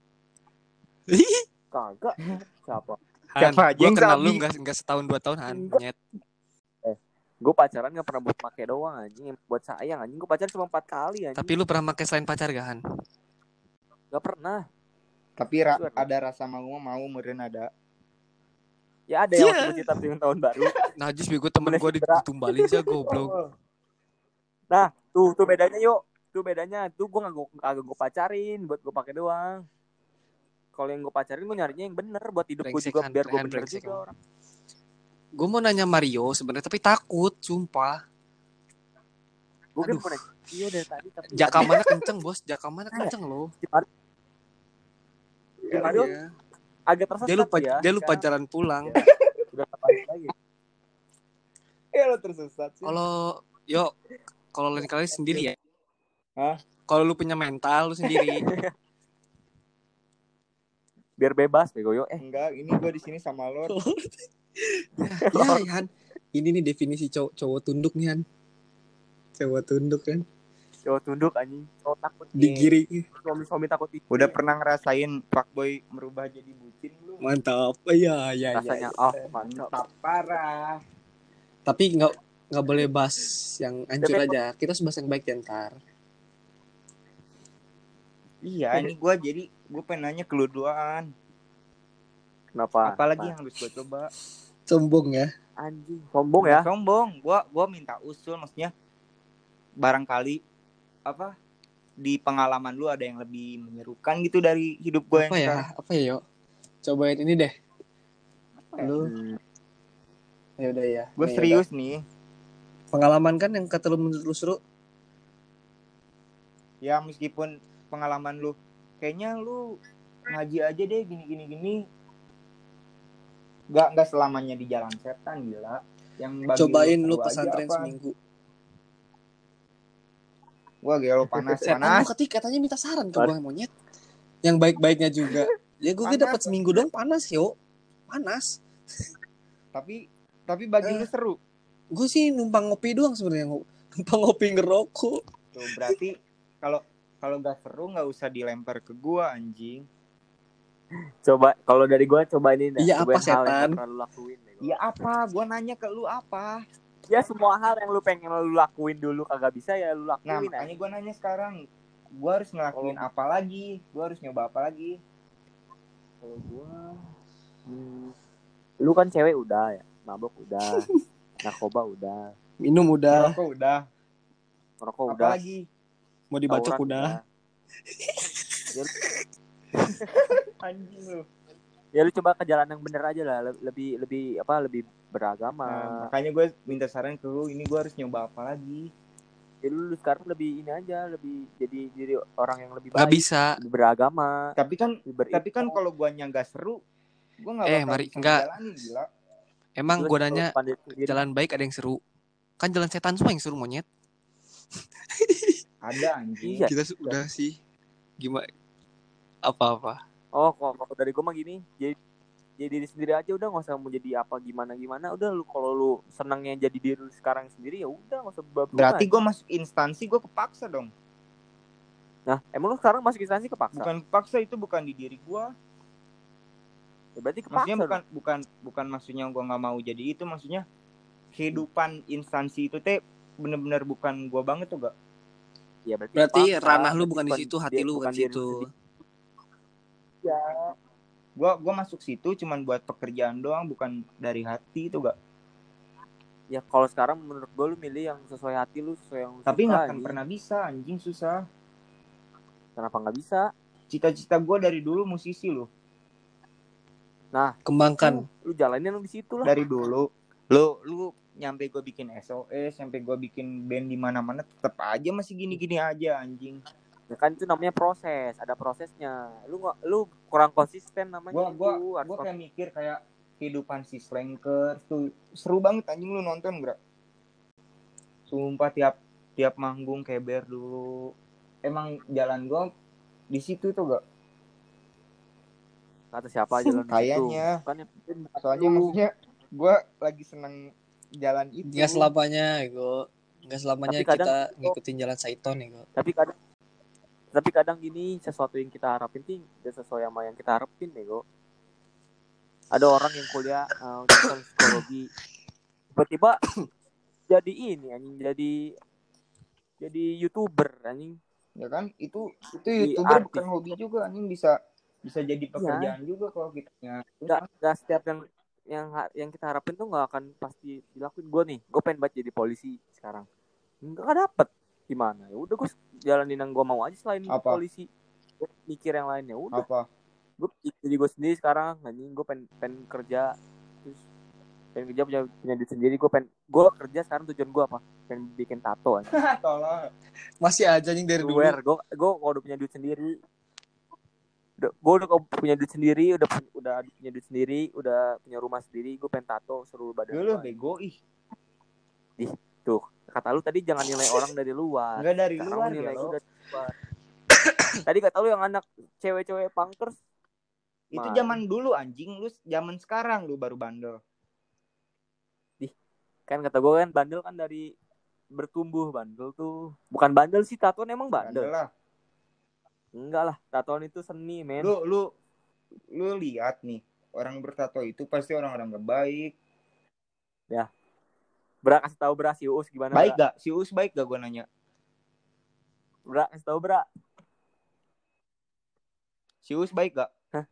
Kagak. Siapa? Siapa aja Gue yang kenal sabi. lu enggak setahun 2 tahun Han, nyet. Gue pacaran gak pernah buat make doang anjing, buat sayang anjing. Gue pacaran cuma 4 kali anjing. Tapi lu pernah pakai selain pacar gak Han? Gak pernah. Tapi ada rasa mau meureun ada. Ya ada yang waktu kita dengan tahun baru. Najis bego, temen gue ditumbalin sih goblok. Nah, tuh bedanya yuk. Tuh bedanya, tuh gue agak gue pacarin buat gue pakai doang. Kalau yang gue pacarin gue nyarinya yang bener buat hidup gue juga, biar gue bener juga orang. Gue mau nanya Mario sebenarnya tapi takut, sumpah. Gue kan pernah Mario dari tadi tapi jakamannya kenceng bos, jakamannya kenceng loh. Mario agak tersesat dia lupa jalan pulang. Udah terbalik lagi. Lo tersesat sih. Kalau lain kali sendiri ya. Hah? Kalau lu punya mental lu sendiri. Biar bebas bego yo. Enggak, ini gue di sini sama lo. Ya Han, ini nih definisi cowok tunduk nih Han. Cowok tunduk kan. Cowok tunduk anjing, cowok takut digiri. Suami takut itu. Udah pernah ngerasain fuckboy merubah jadi bucin lu? Mantap. Iya. Rasanya mantap parah. Tapi nggak boleh bahas yang hancur aja. Kita harus bahas yang baik ya ntar. Iya, ini gue pengen nanya ke lu duaan. Kenapa? Apalagi yang harus gue coba? Sombong ya. Anjing, sombong ya? Sombong. Gue minta usul, maksudnya barangkali apa di pengalaman lu ada yang lebih menyerukan gitu dari hidup gue yang sekarang. Apa ya, Yo? Cobain ini deh. Lu. Ya udah ya. Gue serius nih. Pengalaman kan yang kata lu menurut lu seru. Ya meskipun pengalaman lu kayaknya lu ngaji aja deh gini. Gak selamanya di jalan setan, gila. Yang cobain lu pesantren seminggu. Wah gelo panas. Lu katanya minta saran ke gua monyet. Yang baik-baiknya juga. Ya gue dapat seminggu dong panas yo. Panas. Tapi bagi lu seru. Gue sih numpang ngopi doang sebenarnya, numpang ngopi ngerokok. Tuh berarti kalau gak seru nggak usah dilempar ke gua anjing. Coba kalau dari gua coba ini dah. Iya apa hal yang setan? pernah lu lakuin. Iya apa? Gua nanya ke lu apa? Ya semua hal yang lu pengen lu lakuin dulu kagak bisa ya lu lakuin. Nah makanya gue nanya sekarang, gue harus ngelakuin apa lagi? Gue harus nyoba apa lagi? Kalau gue lu kan cewek udah ya, mabok udah, narkoba udah, minum udah, merokok udah, udah, lagi mau dibacok udah. Anjing lu. Ya lu coba ke jalan yang bener aja lah, lebih beragama. Nah, makanya gue minta saran ke lu, ini gue harus nyoba apa lagi? Ya lu sekarang lebih ini aja, lebih jadi orang yang lebih baik. Gak bisa. Lebih beragama. Tapi kan kalau guanya nggak seru, gue nggak bakal bisa jalanin, gila. Emang gue nanya jalan baik ada yang seru? Kan jalan setan semua yang seru monyet. Ada anjing. Iya. Kita udah sih. Gimana? Apa-apa? Oh, kalau dari gue mah gini, jadi diri sendiri aja udah, nggak usah mau jadi apa gimana. Udah lu kalau lu senangnya jadi diri lu sekarang sendiri ya udah, nggak usah berubah. Berarti gue masuk instansi gue kepaksa dong. Nah, emang lu sekarang masuk instansi kepaksa? Bukan kepaksa, itu bukan di diri gue. Ya berarti kepaksa. Maksudnya bukan maksudnya gue nggak mau jadi itu, maksudnya kehidupan instansi itu bener-bener bukan gue banget tuh gak? Ya berarti ranah lu bukan di situ, hati lu bukan di situ. Ya, gue masuk situ cuman buat pekerjaan doang, bukan dari hati itu gak? Ya kalau sekarang menurut gue lu milih yang sesuai hati lu, sesuai yang lu tapi nggak akan anjing. Pernah bisa anjing, susah. Kenapa nggak bisa? Cita-cita gue dari dulu musisi lu. Nah kembangkan. Lu jalanin di situ lah. Dari dulu. Lu nyampe gue bikin SOS, sampai gue bikin band di mana-mana, tetap aja masih gini-gini aja anjing. Ya kan itu namanya proses, ada prosesnya. Lu kurang konsisten namanya Gua itu. Harus kayak mikir kayak kehidupan si Slankers tuh seru banget anjing, lu nonton gak? Sumpah tiap manggung keber dulu. Emang jalan gua di situ tuh gak? kata siapa jalan di situ. Kayaknya. Kan yang penting Soalnya lu. maksudnya gua lagi seneng jalan itu. Nggak selamanya, Ego. Nggak selamanya Tapi kadang- kita ngikutin jalan Saiton, Ego. Tapi kadang gini, sesuatu yang kita harapin sih tidak sesuai sama yang kita harapin, nego. Ada orang yang kuliah jurusan psikologi, tiba-tiba jadi ini anjing, jadi YouTuber anjing. Ya kan? Itu Di YouTuber artis. bukan hobi juga anjing, bisa jadi pekerjaan juga kalau kitanya. Nggak setiap yang kita harapin tuh nggak akan pasti dilakuin. Gue pengen banget jadi polisi sekarang, nggak dapet. Gimana? Ya udah gue jalanin yang gue mau aja selain Apa? polisi. Gue mikir yang lainnya. Udah. Apa? Gue jadi gue sendiri sekarang. Anjing, gue pengen kerja. Terus pengen kerja punya duit sendiri. Gue kerja sekarang, tujuan gue apa? Pengen bikin tato anjing. Tolong. Masih aja nih dari dulu. Gue udah punya duit sendiri. Gue udah punya duit sendiri, udah punya duit sendiri, udah punya rumah sendiri. Gue pengen tato seluruh badan. Lu bego ih. Tuh, kata lu tadi jangan nilai orang dari luar. Enggak dari Sekarang luar nilai ya gue lo. dari luar. Tadi kata lu yang anak cewek-cewek punkers. Itu Man. zaman dulu anjing, lu zaman sekarang lu baru bandel. Kan kata gue kan bandel kan dari bertumbuh. Bandel tuh bukan bandel sih, tatoan emang bandel. Bandel lah. Enggak lah, tatoan itu seni, men. Lu lihat nih, orang bertato itu pasti orang-orang gak baik. Ya. Bra, kasih tahu Bra, si Uus gimana? Baik Bra? gak? Si Uus baik gak gue nanya? Bra, kasih tahu Bra. Si Uus baik gak? Hah?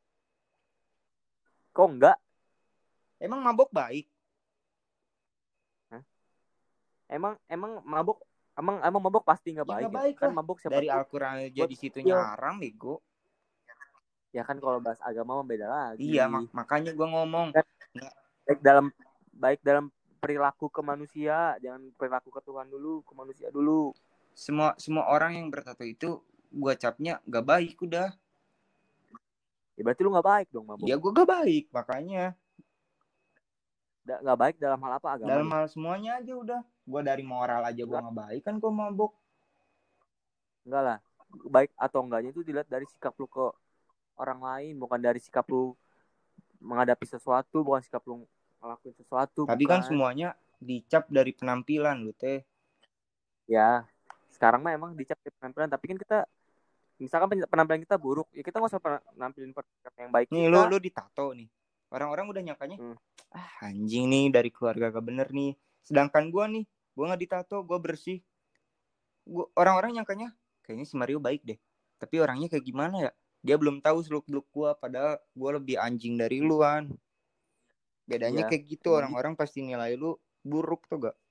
Kok enggak? Emang mabok baik? Hah? Emang mabok pasti nggak Ya, baik, gak baik kan lah. mabok siapa dari tuh Al-Quran aja buat di situ skill. nyaram bego. Ya kan kalau bahas agama mah beda lagi. Iya makanya gue ngomong kan, baik dalam perilaku ke manusia, jangan perilaku ke Tuhan dulu, ke manusia dulu. Semua orang yang bertato itu gue capnya gak baik udah. Ya berarti lu nggak baik dong mabok. Ya gue gak baik makanya. Nggak baik dalam hal apa agama? Dalam hal semuanya aja udah. Gue dari moral aja gue gak baik kan gue mabok. Enggak lah. Baik atau enggaknya itu dilihat dari sikap lu ke orang lain, bukan dari sikap lu menghadapi sesuatu, bukan sikap lu ngelakuin sesuatu. Tapi bukan. kan semuanya dicap dari penampilan lu teh. Ya, sekarang mah emang dicap dari penampilan, tapi kan kita misalkan penampilan kita buruk, ya kita nggak usah nampilin penampilan yang baik. Nih kita. lu ditato nih. Orang-orang udah nyangkanya, anjing nih dari keluarga gak bener nih. Sedangkan gue nih, gue gak ditato, gue bersih. Orang-orang nyangkanya, kayaknya si Mario baik deh. Tapi orangnya kayak gimana ya? Dia belum tahu seluk-beluk gue, padahal gue lebih anjing dari luan. Bedanya kayak gitu, orang-orang pasti nilai lu buruk tuh gak?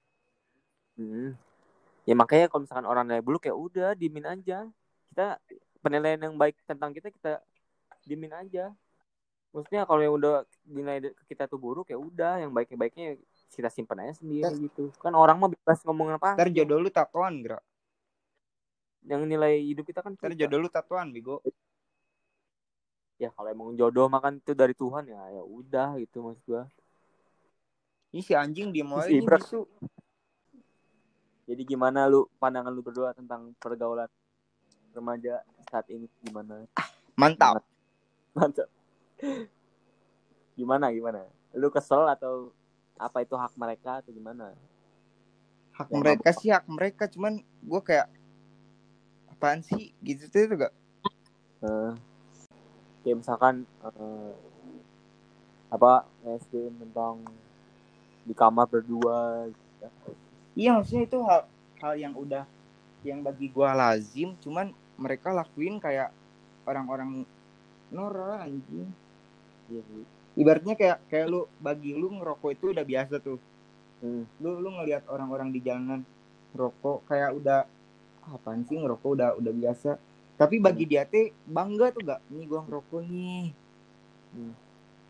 Ya makanya kalau misalkan orang nilai buruk ya udah dimin aja. Kita penilaian yang baik tentang kita dimin aja. Maksudnya kalau yang udah dinilai kita tuh buruk ya udah, yang baiknya kita simpan aja sendiri gitu. Kan orang mah bebas ngomong apa. Ntar jodoh lu tatoan gerak. Yang nilai hidup kita kan ntar jodoh lu tatoan bego. Ya kalau emang jodoh makan itu dari Tuhan ya udah gitu maksud gua. Ini si anjing dia mau ini bisu. Jadi gimana lu pandangan lu berdua tentang pergaulan remaja saat ini gimana? Mantap. Gimana? Lu kesel atau apa itu hak mereka atau gimana? Hak mereka sih hak mereka, cuman gue kayak apaan sih gitu tuh gak? Kayak misalkan apa SDM tentang di kamar berdua gitu. Iya maksudnya itu hal yang udah yang bagi gue lazim, cuman mereka lakuin kayak orang-orang Nora anjing. Iya sih. Ibaratnya kayak lu bagi lu ngerokok itu udah biasa tuh. Lu ngelihat orang-orang di jalanan ngerokok kayak udah apaan sih ngerokok udah biasa. Tapi bagi dia teh bangga tuh gak? Nih gua ngerokok nih.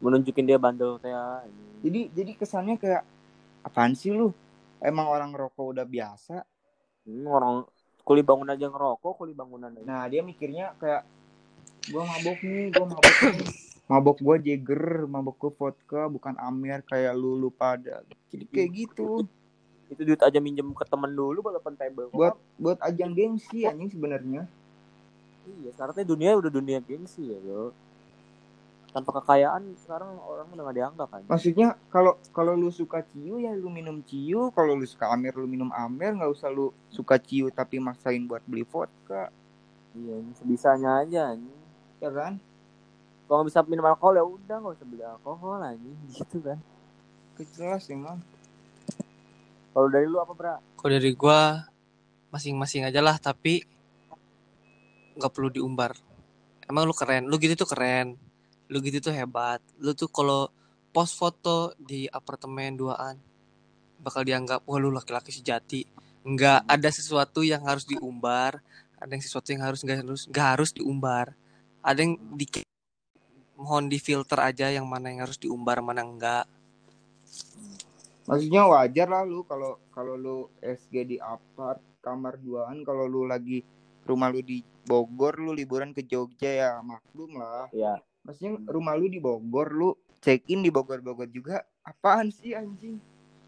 menunjukin dia bandel kayak ini. Jadi kesannya kayak apaan sih lu? Emang orang rokok udah biasa. Orang kuli bangun aja ngerokok, kuli bangunan aja. Nah, dia mikirnya kayak gua mabok nih. Mabok gua Jagger, mabok gua vodka, bukan Amer kayak lu pada. Jadi kayak gitu. Itu duit aja minjem ke temen dulu buat open table. Buat ajang gengsi anjing sebenarnya. Iya, sekarang dunia udah dunia gengsi ya, bro. Tanpa kekayaan sekarang orang udah gak dianggap kan. Maksudnya kalau lu suka ciu ya lu minum ciu, kalau lu suka Amer lu minum Amer, nggak usah lu suka ciu tapi maksain buat beli vodka. Iya, sebisanya aja anjing. Ya kan? Kalau bisa minum alkohol ya udah nggak usah beli alkohol anjing, gitu kan. Jelas emang. Kalau dari lu apa, Bra? Kalau dari gua masing-masing aja lah, tapi nggak perlu diumbar. Emang lu keren, lu gitu tuh keren, lu gitu tuh hebat. Lu tuh kalau post foto di apartemen 2-an bakal dianggap wah lu laki-laki sejati. Nggak ada sesuatu yang harus diumbar, ada yang sesuatu yang nggak harus diumbar. Ada yang mohon difilter aja yang mana yang harus diumbar, mana enggak. Maksudnya wajar lah lu kalau lu SG di apart kamar 2-an, kalau lu lagi rumah lu di Bogor, lu liburan ke Jogja ya maklum lah. Iya. Maksudnya rumah lu di Bogor, lu check in di Bogor juga, apaan sih anjing?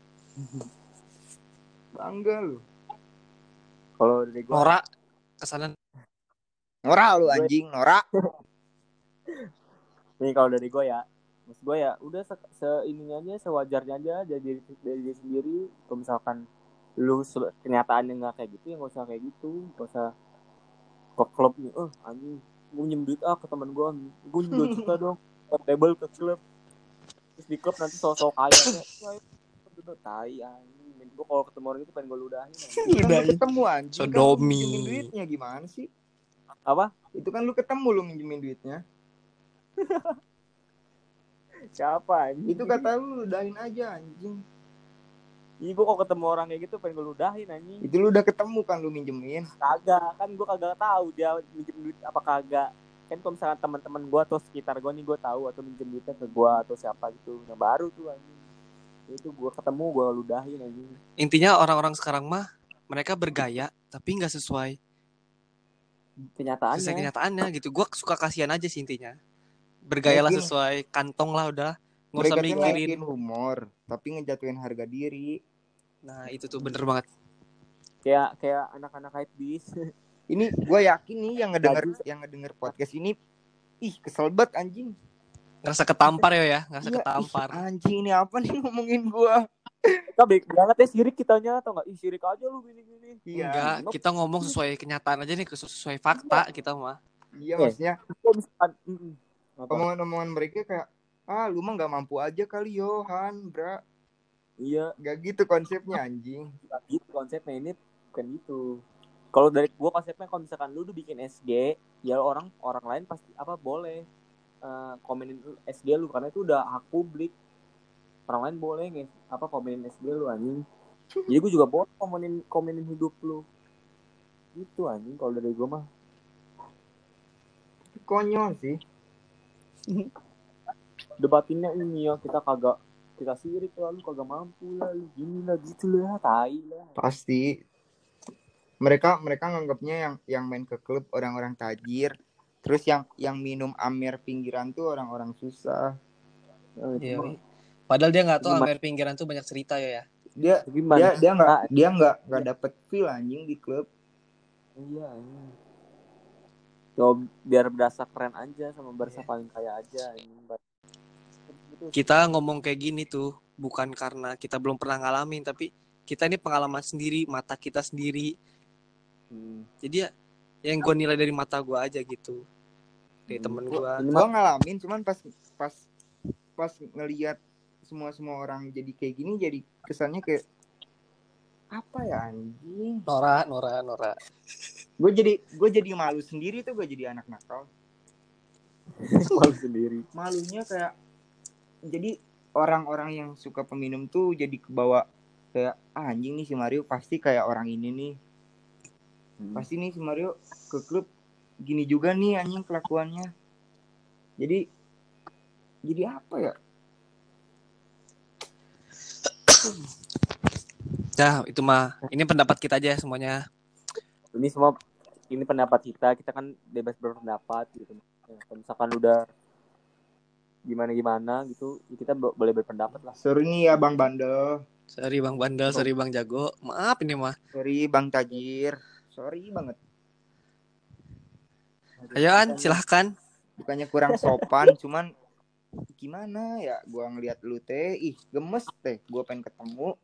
Bangga lu. Kalau dari gua Norak kesana. Norak lu anjing, norak. nih, kalau dari gua ya, maksud gua ya udah seininya aja, sewajarnya aja dari diri sendiri. Kalau misalkan lu kenyataannya nggak kayak gitu ya nggak usah kayak gitu, nggak usah ke klub nih. Anjing, gue minjem duit ke teman gue minjem 2 juta dong, ke table ke klub, terus di klub nanti sosok kaya udah tai anjing. Gue kalau ketemu orang itu pengen gue ludahin. Itu kan lu ketemu anjing, Sodomi. kan lu minjemin duitnya gimana sih? Apa? Itu kan lu ketemu lu minjemin duitnya. Siapa anjing? Itu kata lu ludahin aja anjing. Iya, gue kalau ketemu orang kayak gitu pengen gue ludahin anjing. Itu lu udah ketemu kan lu minjemin? Kagak, kan gue kagak tahu dia minjem duit apa kagak. Kan kalau misalkan teman-teman gue atau sekitar gue nih gue tahu atau minjem duitnya ke gue atau siapa gitu, nah baru tuh anjing. Itu gue ketemu gue ludahin anjing. Intinya orang-orang sekarang mah mereka bergaya tapi nggak sesuai kenyataannya gitu. Gue suka kasihan aja sih intinya. Bergayalah sesuai kantong lah udah. Nggak usah Mereka mikirin. naikin humor tapi ngejatuhin harga diri. Nah itu tuh bener banget. Kayak anak-anak hype bis. Ini gue yakin nih yang ngedenger podcast ini, kesel banget anjing. Ngerasa ketampar ya, ngerasa Iya, ketampar. Anjing ini apa nih ngomongin gue? Kita baik banget ya sirik kitanya atau enggak? Sirik aja lu gini-gini. Iya. Enggak, kita ngomong sesuai kenyataan aja nih, sesuai fakta kita mah. Iya maksudnya. Kalau misalkan omongan-omongan mereka kayak lu mah nggak mampu aja kali Yohan, bra. Iya. Gak gitu konsepnya anjing. Gak gitu konsepnya, ini bukan gitu. Kalau dari gue konsepnya kalau misalkan lu udah bikin SG, ya orang lain pasti boleh komenin SG lu karena itu udah hak publik. Orang lain boleh komenin SG lu anjing. Jadi gue juga boleh komenin hidup lu. Gitu anjing kalau dari gue mah. Konyol sih. Debatinnya ini ya kita sirik lah, lu kagak mampu lah, lu gini lah gitu lah, tai lah. Pasti mereka nganggapnya yang main ke klub orang-orang tajir, terus yang minum Amer pinggiran tuh orang-orang susah. Iya. Padahal dia nggak tahu Amer pinggiran tuh banyak cerita ya. Dia nggak dapet feel anjing di klub. Iya. Yo, biar berasa keren aja sama berasa paling kaya aja. Kita ngomong kayak gini tuh bukan karena kita belum pernah ngalamin, tapi kita ini pengalaman sendiri, mata kita sendiri. Jadi ya yang gue nilai dari mata gue aja gitu, dari temen gue. Gue ngalamin, cuman pas ngelihat semua orang jadi kayak gini, jadi kesannya kayak apa ya anjing? Nora. Gue jadi malu sendiri tuh, gue jadi anak nakal. Malu sendiri. Malunya kayak jadi orang-orang yang suka peminum tuh jadi kebawa kayak anjing nih si Mario pasti kayak orang ini nih. Pasti nih si Mario ke klub gini juga nih anjing kelakuannya. Jadi Jadi apa ya? Nah, itu mah. Ini pendapat kita aja semuanya. Ini pendapat kita kan bebas berpendapat gitu. Ya, kalau misalkan udah gimana gitu, ya kita boleh berpendapat lah. Sorry nih ya Bang Bandel. Sorry Bang Bandel, sorry Bang Jago. Maaf ini mah. Sorry Bang Tajir. Sorry banget. Ayo An, silahkan. Bukannya kurang sopan, cuman gimana ya? Gua ngeliat lu teh, gemes teh. Gua pengen ketemu.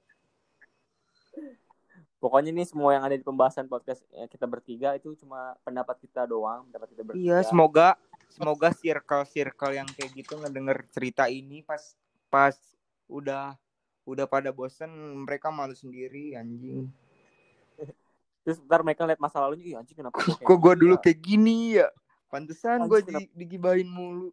Pokoknya nih semua yang ada di pembahasan podcast kita bertiga itu cuma pendapat kita doang, pendapat kita bertiga. Iya, semoga circle yang kayak gitu ngedenger cerita ini pas udah pada bosen, mereka malu sendiri anjing. Terus ntar mereka lihat masa lalunya, anjing kenapa kok gue dulu kayak gini ya? Pantesan gue digibahin mulu.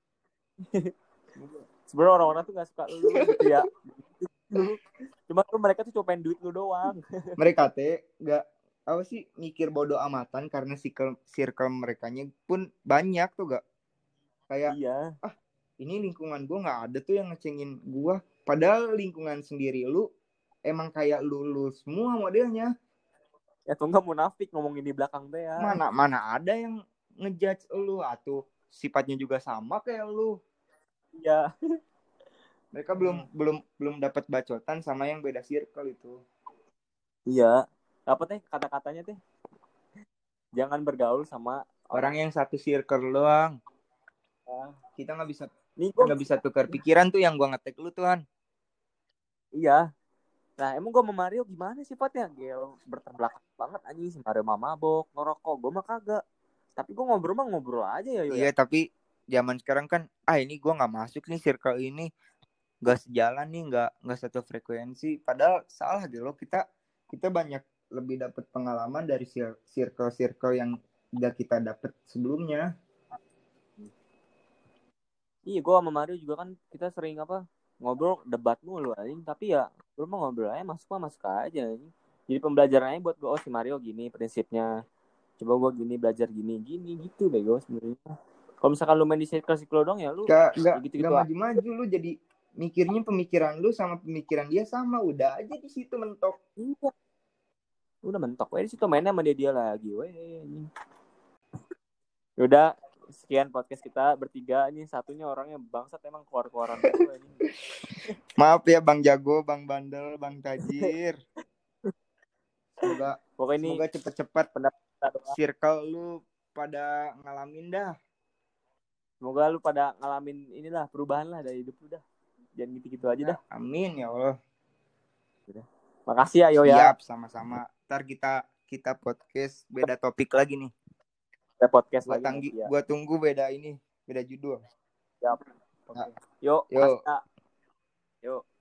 Sebenarnya orang-orang tuh gak suka lu gitu ya. Cuma tuh mereka tuh cuma pengen duit lu doang. Mereka teh gak apa sih mikir bodoh amatan karena circle merekanya pun banyak tuh gak kayak iya. Ini lingkungan gue nggak ada tuh yang ngecengin gue, padahal lingkungan sendiri lu emang kayak lu semua modelnya. Ya tuh nggak munafik ngomongin di belakang teh ya. Mana ada yang ngejudge lu atau sifatnya juga sama kayak lu. Iya. Mereka belum dapat bacotan sama yang beda circle itu. Iya. Apa teh kata-katanya teh? Jangan bergaul sama orang yang satu circle doang. Kita nggak bisa tukar pikiran tuh yang gua ngetek lu tuhan. Iya. Nah emang gue sama Mario gimana sifatnya? Gel bertembak banget anjing, si Mario mah mabok, ngerokok, gue mah kagak. Tapi gue ngobrol aja ya. Iya tapi zaman sekarang kan ini gue nggak masuk nih circle ini, nggak sejalan nih, nggak satu frekuensi. Padahal salah gitu loh, kita banyak lebih dapat pengalaman dari circle yang udah kita dapat sebelumnya. Iya, gue sama Mario juga kan kita sering ngobrol debat mulu anjing, tapi ya lu mah ngobrol aja, masuk aja anjing. Jadi pembelajarannya buat gue, si Mario gini prinsipnya, coba gue gini belajar gini gitu bego sebenarnya. Kalau misalkan lu main di circle dong ya lu gak gitu maju-maju, lu jadi mikirnya pemikiran lu sama pemikiran dia sama, udah aja di situ mentok. Iya. Udah mentok di situ, mainnya sama dia lagi Udah sekian podcast kita bertiga nih, satunya orangnya bangsat emang keluar-keluaran gitu ini. Maaf ya Bang Jago, Bang Bandel, Bang Tajir. Semoga cepet-cepet circle lu pada ngalamin dah. Semoga lu pada ngalamin inilah perubahan lah dari hidup lu dah. Jangan gitu-gitu aja dah. Amin ya Allah. Makasih ya Yo ya. Siap, sama-sama. Ntar kita podcast beda topik lagi nih. Kita podcast lagi. Gua tunggu beda judul. Siap. Oke. Yuk. Yuk. Yuk.